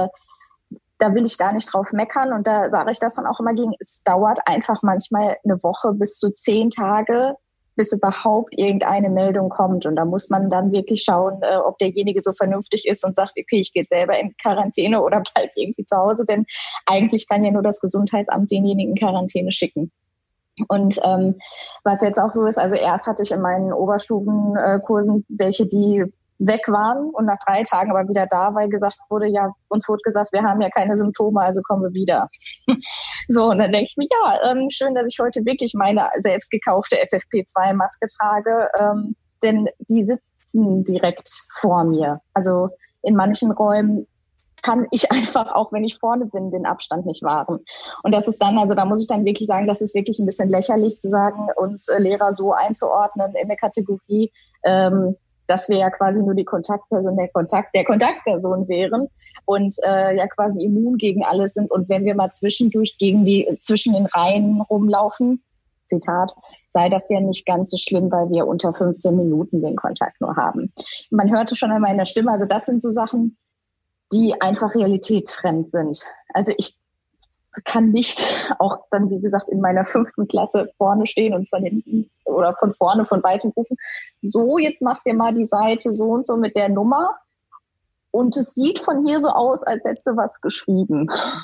da will ich gar nicht drauf meckern und da sage ich das dann auch immer gegen, es dauert einfach manchmal eine Woche bis zu 10 Tage, bis überhaupt irgendeine Meldung kommt. Und da muss man dann wirklich schauen, ob derjenige so vernünftig ist und sagt, okay, ich gehe selber in Quarantäne oder bleib irgendwie zu Hause, denn eigentlich kann ja nur das Gesundheitsamt denjenigen in Quarantäne schicken. Und was jetzt auch so ist, also erst hatte ich in meinen Oberstufenkursen welche, die weg waren und nach 3 Tagen aber wieder da, weil gesagt wurde, ja, uns wurde gesagt, wir haben ja keine Symptome, also kommen wir wieder. So, und dann denke ich mir, ja, schön, dass ich heute wirklich meine selbst gekaufte FFP2-Maske trage, denn die sitzen direkt vor mir. Also in manchen Räumen kann ich einfach, auch wenn ich vorne bin, den Abstand nicht wahren. Und das ist dann, also da muss ich dann wirklich sagen, das ist wirklich ein bisschen lächerlich zu sagen, uns Lehrer so einzuordnen in der Kategorie, dass wir ja quasi nur die Kontaktperson der Kontaktperson wären und ja quasi immun gegen alles sind. Und wenn wir mal zwischendurch zwischen den Reihen rumlaufen, Zitat, sei das ja nicht ganz so schlimm, weil wir unter 15 Minuten den Kontakt nur haben. Man hörte schon an meiner Stimme, also das sind so Sachen, die einfach realitätsfremd sind. Also ich kann nicht auch dann, wie gesagt, in meiner 5. Klasse vorne stehen und von hinten oder von vorne, von weitem rufen, so, jetzt macht ihr mal die Seite so und so mit der Nummer und es sieht von hier so aus, als hätte sie was geschrieben.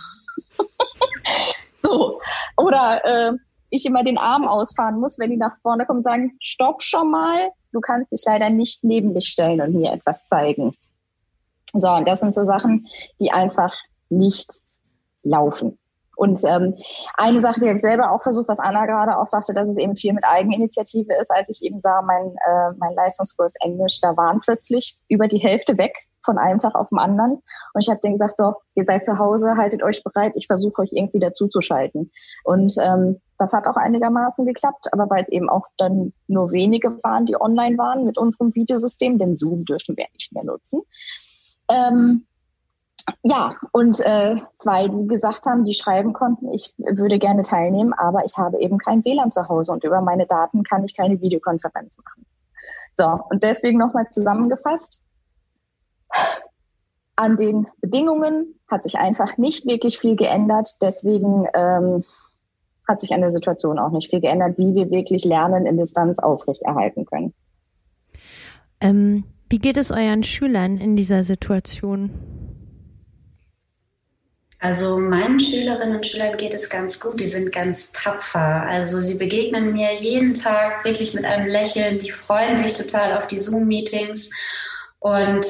So. Oder ich immer den Arm ausfahren muss, wenn die nach vorne kommen und sagen, stopp schon mal, du kannst dich leider nicht neben mich stellen und mir etwas zeigen. So, und das sind so Sachen, die einfach nicht laufen. Und eine Sache, die habe ich selber auch versucht, was Anna gerade auch sagte, dass es eben viel mit Eigeninitiative ist, als ich eben sah, mein Leistungskurs Englisch, da waren plötzlich über die Hälfte weg von einem Tag auf den anderen. Und ich habe denen gesagt, so, ihr seid zu Hause, haltet euch bereit, ich versuche euch irgendwie dazuzuschalten. Und das hat auch einigermaßen geklappt, aber weil es eben auch dann nur wenige waren, die online waren mit unserem Videosystem, denn Zoom dürfen wir nicht mehr nutzen. Ja, und 2, die gesagt haben, die schreiben konnten, ich würde gerne teilnehmen, aber ich habe eben kein WLAN zu Hause und über meine Daten kann ich keine Videokonferenz machen. So, und deswegen nochmal zusammengefasst. An den Bedingungen hat sich einfach nicht wirklich viel geändert. Deswegen hat sich an der Situation auch nicht viel geändert, wie wir wirklich Lernen in Distanz aufrechterhalten können. Wie geht es euren Schülern in dieser Situation? Also meinen Schülerinnen und Schülern geht es ganz gut, die sind ganz tapfer. Also sie begegnen mir jeden Tag wirklich mit einem Lächeln, die freuen sich total auf die Zoom-Meetings und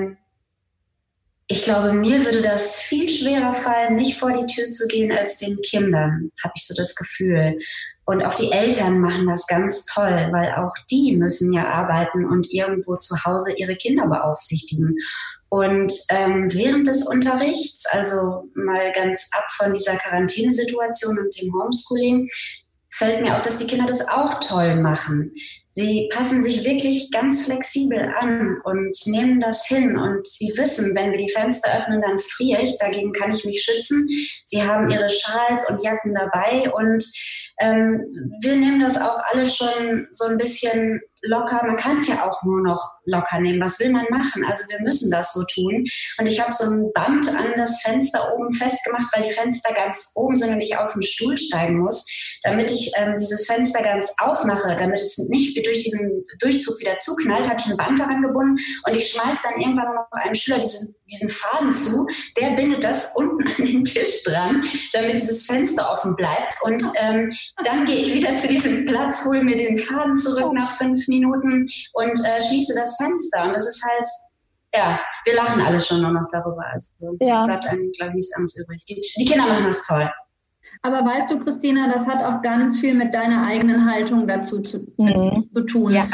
ich glaube, mir würde das viel schwerer fallen, nicht vor die Tür zu gehen als den Kindern, habe ich so das Gefühl. Und auch die Eltern machen das ganz toll, weil auch die müssen ja arbeiten und irgendwo zu Hause ihre Kinder beaufsichtigen. Und während des Unterrichts, also mal ganz ab von dieser Quarantänesituation und dem Homeschooling, fällt mir auf, dass die Kinder das auch toll machen. Sie passen sich wirklich ganz flexibel an und nehmen das hin. Und sie wissen, wenn wir die Fenster öffnen, dann friere ich. Dagegen kann ich mich schützen. Sie haben ihre Schals und Jacken dabei. Und wir nehmen das auch alle schon so ein bisschen locker. Man kann es ja auch nur noch locker nehmen. Was will man machen? Also wir müssen das so tun. Und ich habe so ein Band an das Fenster oben festgemacht, weil die Fenster ganz oben sind und ich auf den Stuhl steigen muss, damit ich dieses Fenster ganz aufmache, damit es nicht durch diesen Durchzug wieder zuknallt, habe ich ein Band daran gebunden und ich schmeiße dann irgendwann noch einem Schüler diesen Faden zu, der bindet das unten an den Tisch dran, damit dieses Fenster offen bleibt und dann gehe ich wieder zu diesem Platz, hole mir den Faden zurück nach 5 Minuten und schließe das Fenster und das ist halt, ja, wir lachen alle schon nur noch darüber, also es bleibt einem, glaube ich, nichts anderes übrig. Die Kinder machen das toll. Aber weißt du, Christina, das hat auch ganz viel mit deiner eigenen Haltung dazu zu tun. Ja.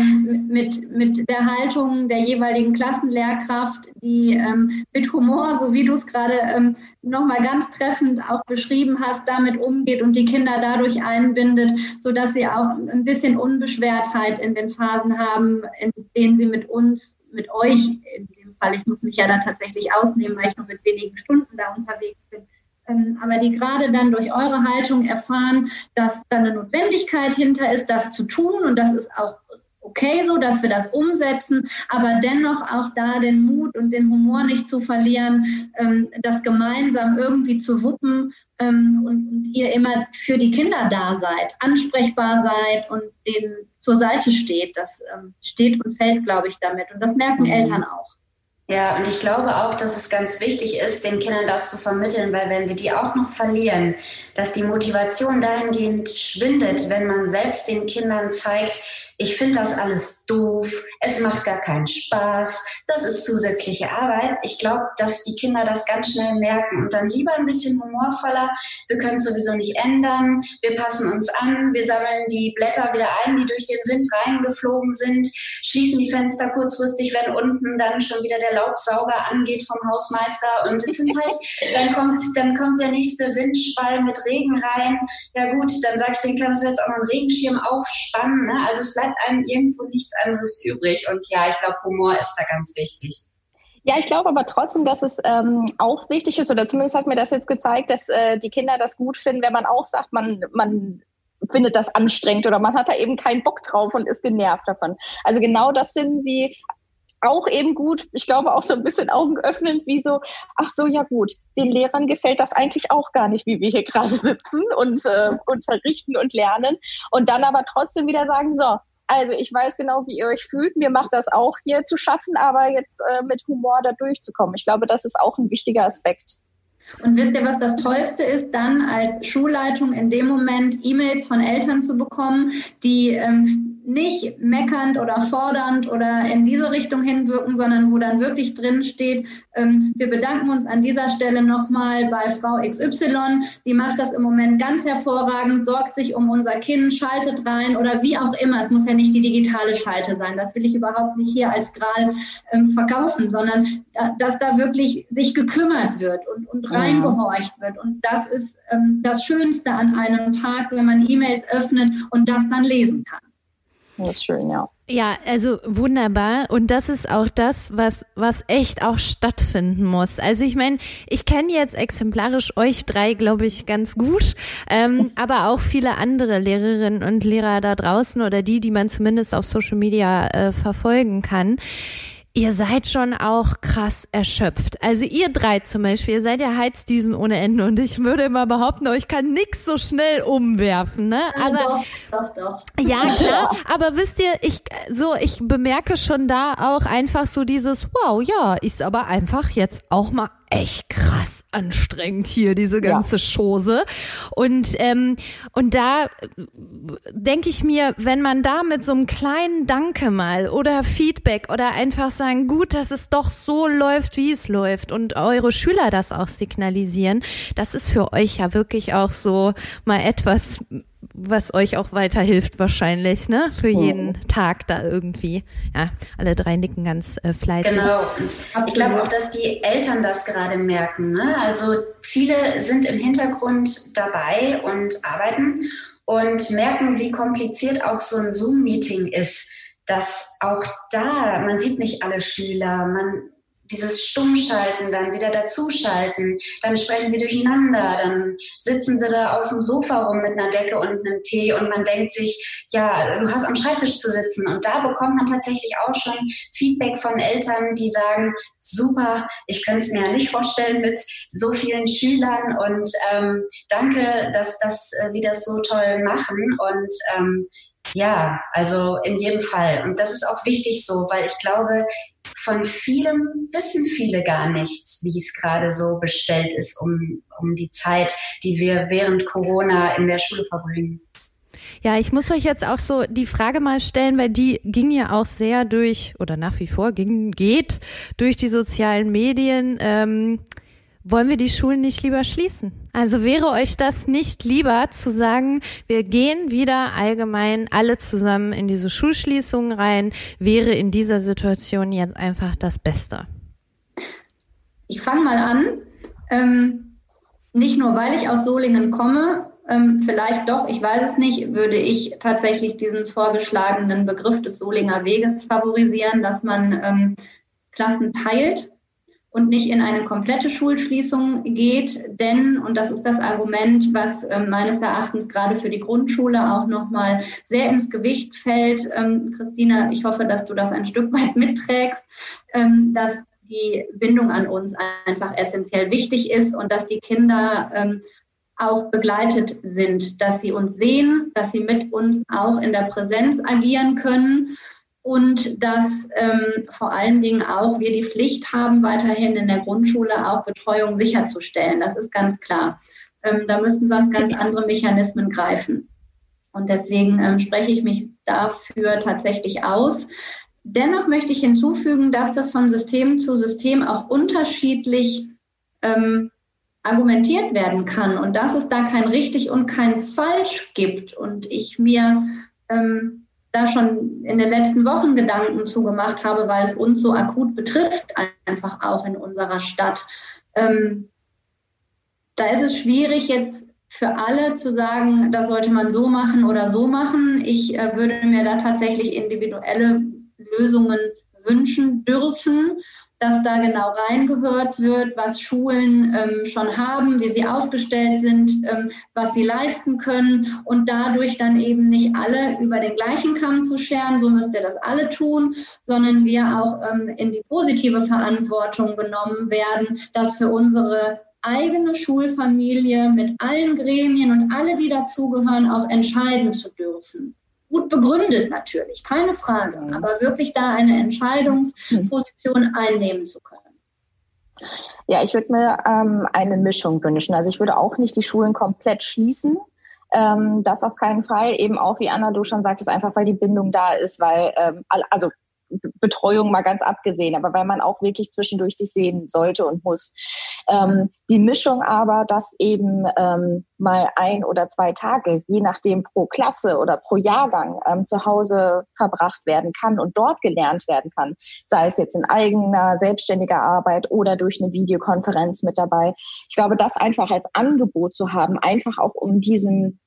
Mit der Haltung der jeweiligen Klassenlehrkraft, die mit Humor, so wie du es gerade nochmal ganz treffend auch beschrieben hast, damit umgeht und die Kinder dadurch einbindet, sodass sie auch ein bisschen Unbeschwertheit in den Phasen haben, in denen sie mit euch, in dem Fall, ich muss mich ja da tatsächlich ausnehmen, weil ich nur mit wenigen Stunden da unterwegs bin, aber die gerade dann durch eure Haltung erfahren, dass da eine Notwendigkeit hinter ist, das zu tun und das ist auch okay so, dass wir das umsetzen, aber dennoch auch da den Mut und den Humor nicht zu verlieren, das gemeinsam irgendwie zu wuppen und ihr immer für die Kinder da seid, ansprechbar seid und denen zur Seite steht. Das steht und fällt, glaube ich, damit und das merken Eltern auch. Ja, und ich glaube auch, dass es ganz wichtig ist, den Kindern das zu vermitteln, weil wenn wir die auch noch verlieren, dass die Motivation dahingehend schwindet, wenn man selbst den Kindern zeigt, ich finde das alles doof, es macht gar keinen Spaß, das ist zusätzliche Arbeit. Ich glaube, dass die Kinder das ganz schnell merken und dann lieber ein bisschen humorvoller. Wir können es sowieso nicht ändern, wir passen uns an, wir sammeln die Blätter wieder ein, die durch den Wind reingeflogen sind, schließen die Fenster kurzfristig, wenn unten dann schon wieder der Laubsauger angeht vom Hausmeister und es sind halt, dann kommt der nächste Windschwall mit Regen rein. Ja gut, dann sage ich den Kindern, müssen wir jetzt auch noch einen Regenschirm aufspannen. Ne? Also es bleibt einem irgendwo nichts anderes übrig. Und ja, ich glaube, Humor ist da ganz wichtig. Ja, ich glaube aber trotzdem, dass es auch wichtig ist, oder zumindest hat mir das jetzt gezeigt, dass die Kinder das gut finden, wenn man auch sagt, man findet das anstrengend oder man hat da eben keinen Bock drauf und ist genervt davon. Also genau das finden sie auch eben gut. Ich glaube auch so ein bisschen augenöffnend, wie so, ach so, ja gut, den Lehrern gefällt das eigentlich auch gar nicht, wie wir hier gerade sitzen und unterrichten und lernen und dann aber trotzdem wieder sagen, so, also ich weiß genau, wie ihr euch fühlt. Mir macht das auch hier zu schaffen, aber jetzt mit Humor da durchzukommen. Ich glaube, das ist auch ein wichtiger Aspekt. Und wisst ihr, was das Tollste ist, dann als Schulleitung in dem Moment E-Mails von Eltern zu bekommen, die nicht meckernd oder fordernd oder in diese Richtung hinwirken, sondern wo dann wirklich drin steht, wir bedanken uns an dieser Stelle nochmal bei Frau XY, die macht das im Moment ganz hervorragend, sorgt sich um unser Kind, schaltet rein oder wie auch immer. Es muss ja nicht die digitale Schalte sein, das will ich überhaupt nicht hier als Gral verkaufen, sondern dass da wirklich sich gekümmert wird und reingehorcht wird. Und das ist das Schönste an einem Tag, wenn man E-Mails öffnet und das dann lesen kann. Das ist schön, ja. Ja, also wunderbar. Und das ist auch das, was echt auch stattfinden muss. Also ich meine, ich kenne jetzt exemplarisch euch drei, glaube ich, ganz gut, aber auch viele andere Lehrerinnen und Lehrer da draußen oder die man zumindest auf Social Media verfolgen kann. Ihr seid schon auch krass erschöpft. Also ihr drei zum Beispiel, ihr seid ja Heizdüsen ohne Ende und ich würde immer behaupten, euch kann nix so schnell umwerfen, ne? Aber Doch. ja, klar, aber wisst ihr, ich bemerke schon da auch einfach so dieses, wow, ja, ist aber einfach jetzt auch mal echt krass anstrengend hier, diese ganze Chose. Und da denke ich mir, wenn man da mit so einem kleinen Danke mal oder Feedback oder einfach sagen, gut, dass es doch so läuft, wie es läuft und eure Schüler das auch signalisieren, das ist für euch ja wirklich auch so mal etwas, was euch auch weiterhilft wahrscheinlich, ne? Für jeden Tag da irgendwie. Ja, alle drei nicken ganz fleißig. Genau. Und ich glaube auch, dass die Eltern das gerade merken, ne? Also viele sind im Hintergrund dabei und arbeiten und merken, wie kompliziert auch so ein Zoom-Meeting ist. Dass auch da, man sieht nicht alle Schüler, dieses Stummschalten, dann wieder dazuschalten, dann sprechen sie durcheinander, dann sitzen sie da auf dem Sofa rum mit einer Decke und einem Tee und man denkt sich, ja, du hast am Schreibtisch zu sitzen. Und da bekommt man tatsächlich auch schon Feedback von Eltern, die sagen, super, ich könnte es mir ja nicht vorstellen mit so vielen Schülern und danke, dass sie das so toll machen und ja, also in jedem Fall. Und das ist auch wichtig so, weil ich glaube, von vielem wissen viele gar nichts, wie es gerade so bestellt ist um die Zeit, die wir während Corona in der Schule verbringen. Ja, ich muss euch jetzt auch so die Frage mal stellen, weil die ging ja auch sehr geht durch die sozialen Medien. Wollen wir die Schulen nicht lieber schließen? Also wäre euch das nicht lieber zu sagen, wir gehen wieder allgemein alle zusammen in diese Schulschließungen rein, wäre in dieser Situation jetzt einfach das Beste? Ich fange mal an. Nicht nur, weil ich aus Solingen komme, vielleicht doch, ich weiß es nicht, würde ich tatsächlich diesen vorgeschlagenen Begriff des Solinger Weges favorisieren, dass man Klassen teilt und nicht in eine komplette Schulschließung geht, denn, und das ist das Argument, was meines Erachtens gerade für die Grundschule auch nochmal sehr ins Gewicht fällt, Christina, ich hoffe, dass du das ein Stück weit mitträgst, dass die Bindung an uns einfach essentiell wichtig ist und dass die Kinder auch begleitet sind, dass sie uns sehen, dass sie mit uns auch in der Präsenz agieren können. Und dass vor allen Dingen auch wir die Pflicht haben, weiterhin in der Grundschule auch Betreuung sicherzustellen. Das ist ganz klar. Da müssten sonst ganz andere Mechanismen greifen. Und deswegen spreche ich mich dafür tatsächlich aus. Dennoch möchte ich hinzufügen, dass das von System zu System auch unterschiedlich argumentiert werden kann und dass es da kein richtig und kein falsch gibt. Und ich mir da schon in den letzten Wochen Gedanken zugemacht habe, weil es uns so akut betrifft, einfach auch in unserer Stadt. Da ist es schwierig, jetzt für alle zu sagen, das sollte man so machen oder so machen. Ich würde mir da tatsächlich individuelle Lösungen wünschen dürfen, dass da genau reingehört wird, was Schulen schon haben, wie sie aufgestellt sind, was sie leisten können und dadurch dann eben nicht alle über den gleichen Kamm zu scheren, so müsst ihr das alle tun, sondern wir auch in die positive Verantwortung genommen werden, dass für unsere eigene Schulfamilie mit allen Gremien und alle, die dazugehören, auch entscheiden zu dürfen. Gut begründet natürlich, keine Frage, aber wirklich da eine Entscheidungsposition einnehmen zu können. Ja, ich würde mir eine Mischung wünschen. Also ich würde auch nicht die Schulen komplett schließen, Das auf keinen Fall. Eben auch, wie Anna, du schon sagtest, einfach weil die Bindung da ist, weil, also Betreuung mal ganz abgesehen, aber weil man auch wirklich zwischendurch sich sehen sollte und muss. Die Mischung aber, dass eben mal 1 oder 2 Tage, je nachdem pro Klasse oder pro Jahrgang, zu Hause verbracht werden kann und dort gelernt werden kann, sei es jetzt in eigener, selbstständiger Arbeit oder durch eine Videokonferenz mit dabei. Ich glaube, das einfach als Angebot zu haben, einfach auch um diesen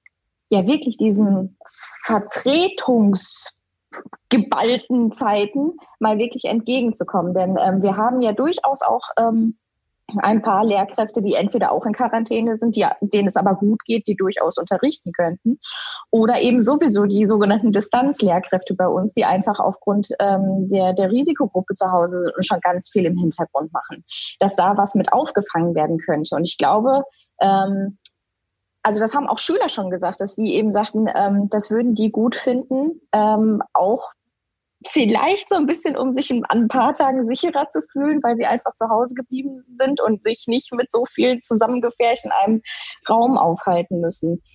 vertretungsgeballten Zeiten mal wirklich entgegenzukommen. Denn wir haben ja durchaus auch ein paar Lehrkräfte, die entweder auch in Quarantäne sind, denen es aber gut geht, die durchaus unterrichten könnten. Oder eben sowieso die sogenannten Distanzlehrkräfte bei uns, die einfach aufgrund der Risikogruppe zu Hause sind und schon ganz viel im Hintergrund machen. Dass da was mit aufgefangen werden könnte. Und ich glaube, also das haben auch Schüler schon gesagt, dass die eben sagten, das würden die gut finden, auch vielleicht so ein bisschen, um sich an ein paar Tagen sicherer zu fühlen, weil sie einfach zu Hause geblieben sind und sich nicht mit so viel zusammengefärscht in einem Raum aufhalten müssen.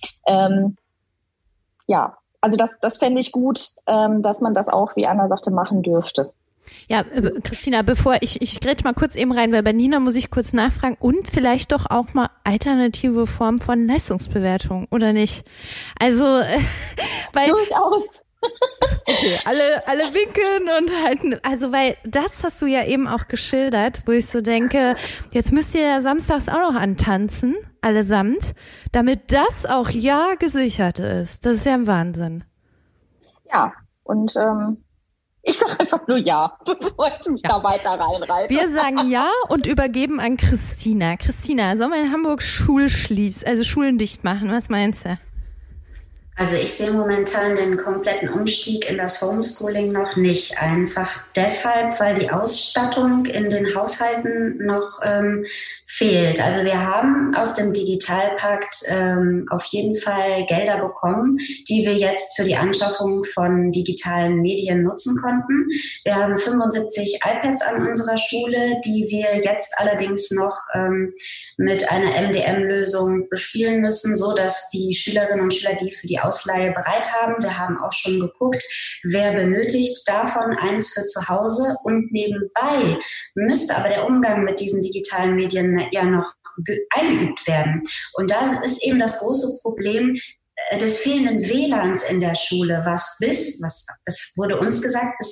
Ja, also das fände ich gut, dass man das auch, wie Anna sagte, machen dürfte. Ja, Christina, bevor ich grätsch mal kurz eben rein, weil bei Nina muss ich kurz nachfragen und vielleicht doch auch mal alternative Form von Leistungsbewertung, oder nicht? Also, weil durchaus. Okay, alle winken und halten, also weil das hast du ja eben auch geschildert, wo ich so denke, jetzt müsst ihr ja samstags auch noch antanzen, allesamt, damit das auch ja gesichert ist. Das ist ja ein Wahnsinn. Ja, und ich sage einfach nur ja, bevor ich mich da weiter reinreite. Wir sagen ja und übergeben an Christina. Christina, sollen wir in Hamburg Schulen dicht machen? Was meinst du? Also ich sehe momentan den kompletten Umstieg in das Homeschooling noch nicht. Einfach deshalb, weil die Ausstattung in den Haushalten noch fehlt. Also wir haben aus dem Digitalpakt auf jeden Fall Gelder bekommen, die wir jetzt für die Anschaffung von digitalen Medien nutzen konnten. Wir haben 75 iPads an unserer Schule, die wir jetzt allerdings noch mit einer MDM-Lösung bespielen müssen, so dass die Schülerinnen und Schüler, die für die Ausleihe bereit haben. Wir haben auch schon geguckt, wer benötigt davon eins für zu Hause, und nebenbei müsste aber der Umgang mit diesen digitalen Medien ja noch eingeübt werden. Und das ist eben das große Problem des fehlenden WLANs in der Schule, es wurde uns gesagt, bis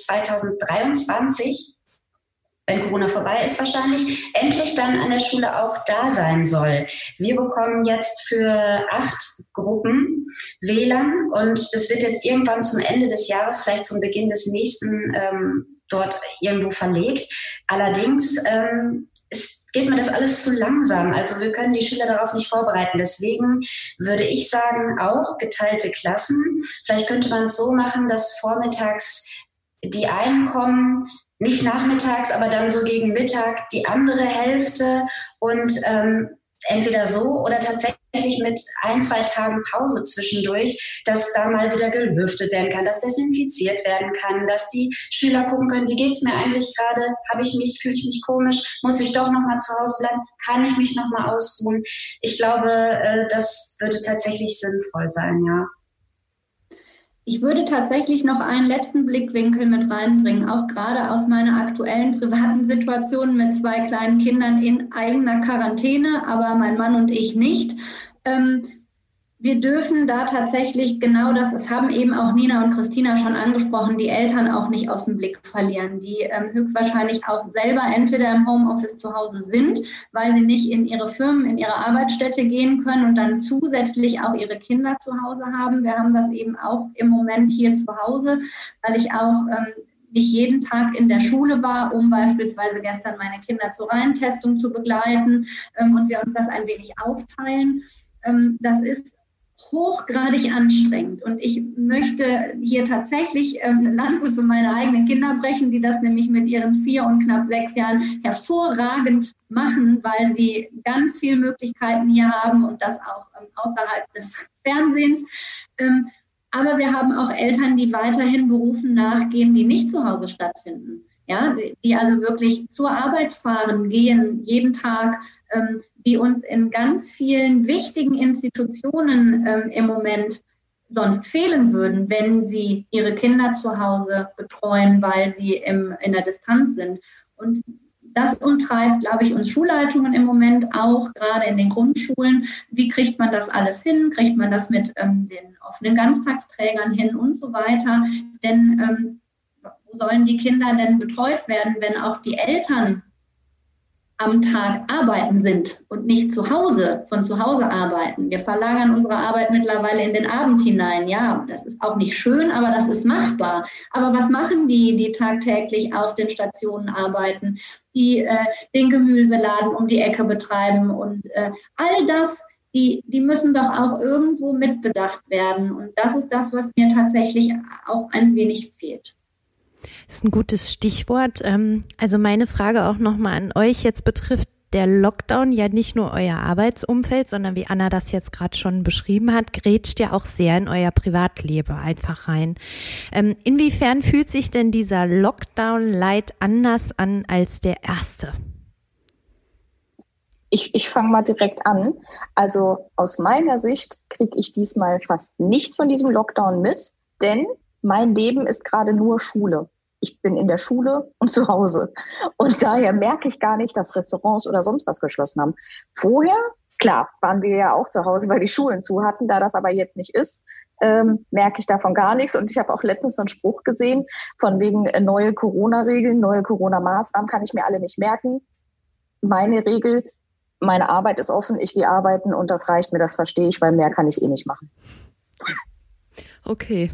2023, wenn Corona vorbei ist wahrscheinlich, endlich dann an der Schule auch da sein soll. Wir bekommen jetzt für 8 Gruppen WLAN und das wird jetzt irgendwann zum Ende des Jahres, vielleicht zum Beginn des nächsten, dort irgendwo verlegt. Allerdings geht mir das alles zu langsam. Also wir können die Schüler darauf nicht vorbereiten. Deswegen würde ich sagen, auch geteilte Klassen. Vielleicht könnte man es so machen, dass vormittags die einen kommen, nicht nachmittags, aber dann so gegen Mittag die andere Hälfte und entweder so oder tatsächlich mit 1-2 Tagen Pause zwischendurch, dass da mal wieder gelüftet werden kann, dass desinfiziert werden kann, dass die Schüler gucken können, wie geht's mir eigentlich gerade, fühle ich mich komisch, muss ich doch nochmal zu Hause bleiben, kann ich mich nochmal ausruhen? Ich glaube, das würde tatsächlich sinnvoll sein, ja. Ich würde tatsächlich noch einen letzten Blickwinkel mit reinbringen, auch gerade aus meiner aktuellen privaten Situation mit 2 kleinen Kindern in eigener Quarantäne, aber mein Mann und ich nicht. Wir dürfen da tatsächlich genau das haben eben auch Nina und Christina schon angesprochen, die Eltern auch nicht aus dem Blick verlieren, die höchstwahrscheinlich auch selber entweder im Homeoffice zu Hause sind, weil sie nicht in ihre Firmen, in ihre Arbeitsstätte gehen können und dann zusätzlich auch ihre Kinder zu Hause haben. Wir haben das eben auch im Moment hier zu Hause, weil ich auch nicht jeden Tag in der Schule war, um beispielsweise gestern meine Kinder zur Reihentestung zu begleiten und wir uns das ein wenig aufteilen. Das ist hochgradig anstrengend. Und ich möchte hier tatsächlich eine Lanze für meine eigenen Kinder brechen, die das nämlich mit ihren 4 und knapp 6 Jahren hervorragend machen, weil sie ganz viele Möglichkeiten hier haben und das auch außerhalb des Fernsehens. Aber wir haben auch Eltern, die weiterhin Berufen nachgehen, die nicht zu Hause stattfinden. Ja, die also wirklich zur Arbeit fahren, gehen, jeden Tag, die uns in ganz vielen wichtigen Institutionen im Moment sonst fehlen würden, wenn sie ihre Kinder zu Hause betreuen, weil sie in der Distanz sind. Und das umtreibt, glaube ich, uns Schulleitungen im Moment auch, gerade in den Grundschulen. Wie kriegt man das alles hin? Kriegt man das mit den offenen Ganztagsträgern hin und so weiter? Denn wo sollen die Kinder denn betreut werden, wenn auch die Eltern am Tag arbeiten sind und nicht von zu Hause arbeiten? Wir verlagern unsere Arbeit mittlerweile in den Abend hinein. Ja, das ist auch nicht schön, aber das ist machbar. Aber was machen die tagtäglich auf den Stationen arbeiten, die den Gemüseladen um die Ecke betreiben und all das, die müssen doch auch irgendwo mitbedacht werden. Und das ist das, was mir tatsächlich auch ein wenig fehlt. Das ist ein gutes Stichwort. Also meine Frage auch nochmal an euch. Jetzt betrifft der Lockdown ja nicht nur euer Arbeitsumfeld, sondern wie Anna das jetzt gerade schon beschrieben hat, grätscht ja auch sehr in euer Privatleben einfach rein. Inwiefern fühlt sich denn dieser Lockdown-Light anders an als der erste? Ich fange mal direkt an. Also aus meiner Sicht kriege ich diesmal fast nichts von diesem Lockdown mit, denn mein Leben ist gerade nur Schule. Ich bin in der Schule und zu Hause. Und daher merke ich gar nicht, dass Restaurants oder sonst was geschlossen haben. Vorher, klar, waren wir ja auch zu Hause, weil die Schulen zu hatten. Da das aber jetzt nicht ist, merke ich davon gar nichts. Und ich habe auch letztens einen Spruch gesehen, von wegen neue Corona-Regeln, neue Corona-Maßnahmen kann ich mir alle nicht merken. Meine Regel, meine Arbeit ist offen, ich gehe arbeiten und das reicht mir, das verstehe ich, weil mehr kann ich eh nicht machen. Okay.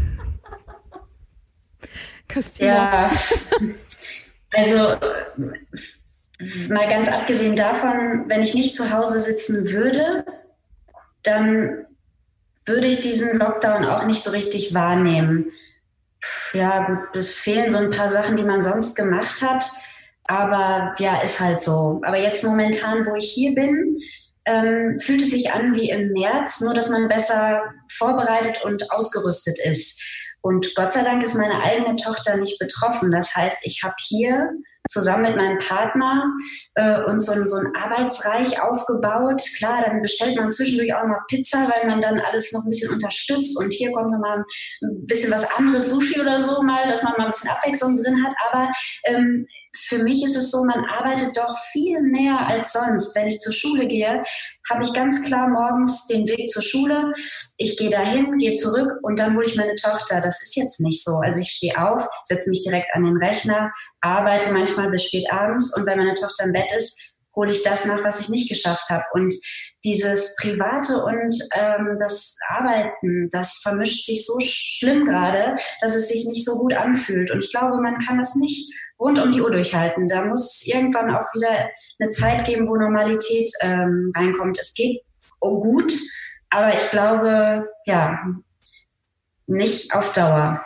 Christina. Ja, also mal ganz abgesehen davon, wenn ich nicht zu Hause sitzen würde, dann würde ich diesen Lockdown auch nicht so richtig wahrnehmen. Ja gut, es fehlen so ein paar Sachen, die man sonst gemacht hat, aber ja, ist halt so. Aber jetzt momentan, wo ich hier bin, fühlt es sich an wie im März, nur dass man besser vorbereitet und ausgerüstet ist. Und Gott sei Dank ist meine eigene Tochter nicht betroffen. Das heißt, ich habe hier zusammen mit meinem Partner uns so ein Arbeitsreich aufgebaut. Klar, dann bestellt man zwischendurch auch mal Pizza, weil man dann alles noch ein bisschen unterstützt. Und hier kommt noch mal ein bisschen was anderes, Sushi oder so mal, dass man mal ein bisschen Abwechslung drin hat. Aber für mich ist es so, man arbeitet doch viel mehr als sonst. Wenn ich zur Schule gehe, habe ich ganz klar morgens den Weg zur Schule. Ich gehe dahin, gehe zurück und dann hole ich meine Tochter. Das ist jetzt nicht so. Also ich stehe auf, setze mich direkt an den Rechner, arbeite manchmal bis spät abends und wenn meine Tochter im Bett ist, hole ich das nach, was ich nicht geschafft habe. Und dieses Private und das Arbeiten, das vermischt sich so schlimm gerade, dass es sich nicht so gut anfühlt. Und ich glaube, man kann das nicht rund um die Uhr durchhalten. Da muss es irgendwann auch wieder eine Zeit geben, wo Normalität reinkommt. Es geht gut, aber ich glaube, ja, nicht auf Dauer.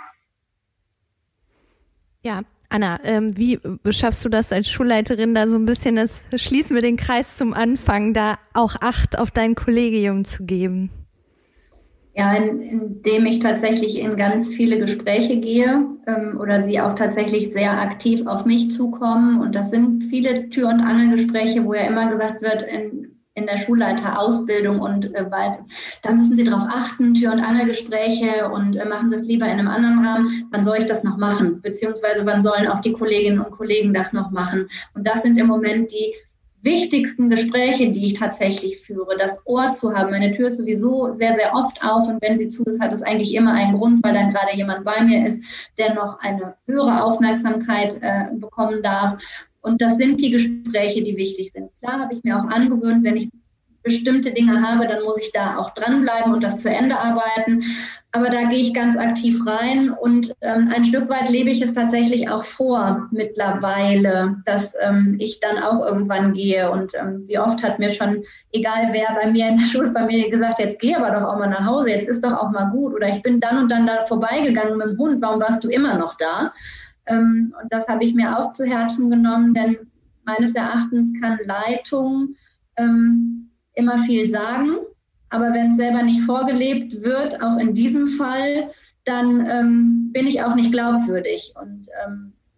Ja, Anna, wie schaffst du das als Schulleiterin, da so ein bisschen, schließen wir den Kreis zum Anfang, da auch Acht auf dein Kollegium zu geben? Ja, indem ich tatsächlich in ganz viele Gespräche gehe oder sie auch tatsächlich sehr aktiv auf mich zukommen. Und das sind viele Tür- und Angelgespräche, wo ja immer gesagt wird, in der Schulleiterausbildung und da müssen Sie darauf achten, Tür- und Angelgespräche und machen Sie es lieber in einem anderen Rahmen. Wann soll ich das noch machen? Beziehungsweise wann sollen auch die Kolleginnen und Kollegen das noch machen? Und das sind im Moment die wichtigsten Gespräche, die ich tatsächlich führe, das Ohr zu haben. Meine Tür ist sowieso sehr, sehr oft auf und wenn sie zu ist, hat es eigentlich immer einen Grund, weil dann gerade jemand bei mir ist, der noch eine höhere Aufmerksamkeit bekommen darf. Und das sind die Gespräche, die wichtig sind. Klar habe ich mir auch angewöhnt, wenn ich bestimmte Dinge habe, dann muss ich da auch dranbleiben und das zu Ende arbeiten. Aber da gehe ich ganz aktiv rein und ein Stück weit lebe ich es tatsächlich auch vor mittlerweile, dass ich dann auch irgendwann gehe. Und wie oft hat mir schon, egal wer bei mir in der Schulfamilie gesagt, jetzt geh aber doch auch mal nach Hause, jetzt ist doch auch mal gut. Oder ich bin dann und dann da vorbeigegangen mit dem Hund, warum warst du immer noch da? Und das habe ich mir auch zu Herzen genommen, denn meines Erachtens kann Leitung immer viel sagen. Aber wenn es selber nicht vorgelebt wird, auch in diesem Fall, dann bin ich auch nicht glaubwürdig. Und dann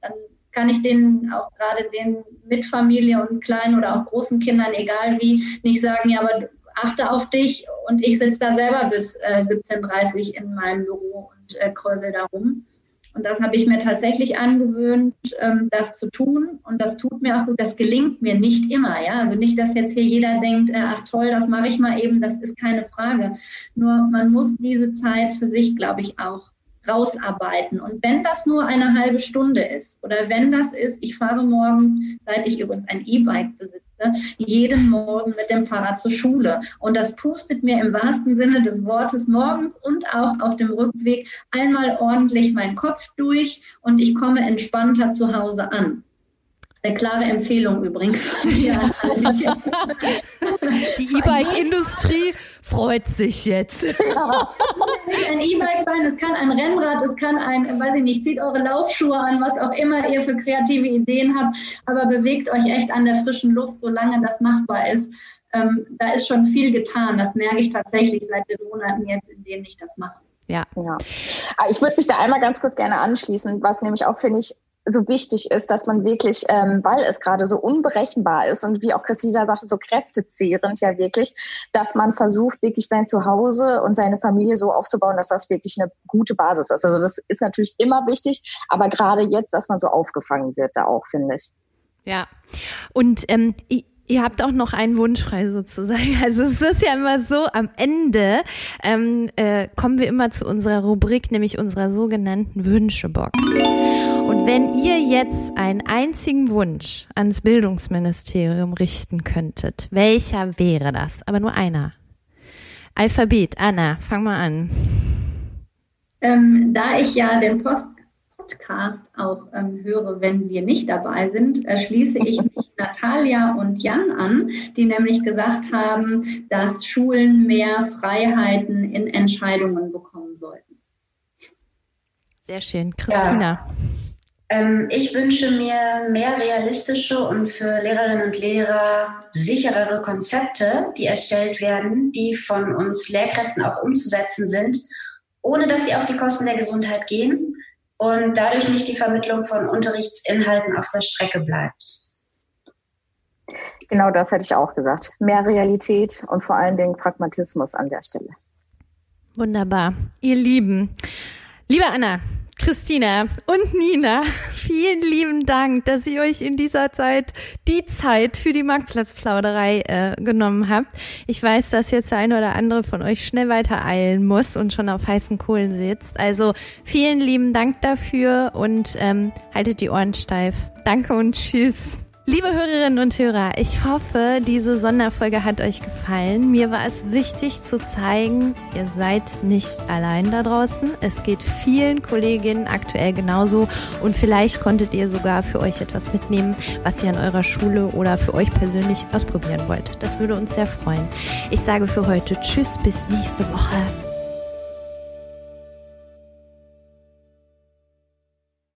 kann ich denen auch gerade den mit Familie und kleinen oder auch großen Kindern, egal wie, nicht sagen, ja, aber achte auf dich und ich sitze da selber bis 17:30 in meinem Büro und krösel da rum. Und das habe ich mir tatsächlich angewöhnt, das zu tun. Und das tut mir auch gut. Das gelingt mir nicht immer. Ja? Also nicht, dass jetzt hier jeder denkt, ach toll, das mache ich mal eben. Das ist keine Frage. Nur man muss diese Zeit für sich, glaube ich, auch rausarbeiten. Und wenn das nur eine halbe Stunde ist oder wenn das ist, ich fahre morgens, seit ich übrigens ein E-Bike besitze, jeden Morgen mit dem Fahrrad zur Schule. Und das pustet mir im wahrsten Sinne des Wortes morgens und auch auf dem Rückweg einmal ordentlich meinen Kopf durch und ich komme entspannter zu Hause an. Eine klare Empfehlung übrigens. Ja. Die E-Bike-Industrie freut sich jetzt. Ja. Es muss nicht ein E-Bike sein, es kann ein Rennrad, es kann ein, weiß ich nicht, zieht eure Laufschuhe an, was auch immer ihr für kreative Ideen habt, aber bewegt euch echt an der frischen Luft, solange das machbar ist. Da ist schon viel getan, das merke ich tatsächlich seit den Monaten jetzt, in denen ich das mache. Ja. Ich würde mich da einmal ganz kurz gerne anschließen, was nämlich auch, finde ich, so wichtig ist, dass man wirklich, weil es gerade so unberechenbar ist und wie auch Christina sagte, so kräftezehrend ja wirklich, dass man versucht, wirklich sein Zuhause und seine Familie so aufzubauen, dass das wirklich eine gute Basis ist. Also das ist natürlich immer wichtig, aber gerade jetzt, dass man so aufgefangen wird, da auch, finde ich. Ja, und ihr habt auch noch einen Wunsch frei sozusagen. Also es ist ja immer so, am Ende kommen wir immer zu unserer Rubrik, nämlich unserer sogenannten Wünschebox. Und wenn ihr jetzt einen einzigen Wunsch ans Bildungsministerium richten könntet, welcher wäre das? Aber nur einer. Alphabet, Anna, fang mal an. Da ich ja den Podcast auch höre, wenn wir nicht dabei sind, schließe ich mich Natalia und Jan an, die nämlich gesagt haben, dass Schulen mehr Freiheiten in Entscheidungen bekommen sollten. Sehr schön. Christina. Ja. Ich wünsche mir mehr realistische und für Lehrerinnen und Lehrer sicherere Konzepte, die erstellt werden, die von uns Lehrkräften auch umzusetzen sind, ohne dass sie auf die Kosten der Gesundheit gehen und dadurch nicht die Vermittlung von Unterrichtsinhalten auf der Strecke bleibt. Genau das hätte ich auch gesagt. Mehr Realität und vor allen Dingen Pragmatismus an der Stelle. Wunderbar. Ihr Lieben. Liebe Anna, Christina und Nina, vielen lieben Dank, dass ihr euch in dieser Zeit die Zeit für die Marktplatzplauderei genommen habt. Ich weiß, dass jetzt der eine oder andere von euch schnell weiter eilen muss und schon auf heißen Kohlen sitzt. Also vielen lieben Dank dafür und haltet die Ohren steif. Danke und tschüss. Liebe Hörerinnen und Hörer, ich hoffe, diese Sonderfolge hat euch gefallen. Mir war es wichtig zu zeigen, ihr seid nicht allein da draußen. Es geht vielen Kolleginnen aktuell genauso und vielleicht konntet ihr sogar für euch etwas mitnehmen, was ihr an eurer Schule oder für euch persönlich ausprobieren wollt. Das würde uns sehr freuen. Ich sage für heute Tschüss, bis nächste Woche.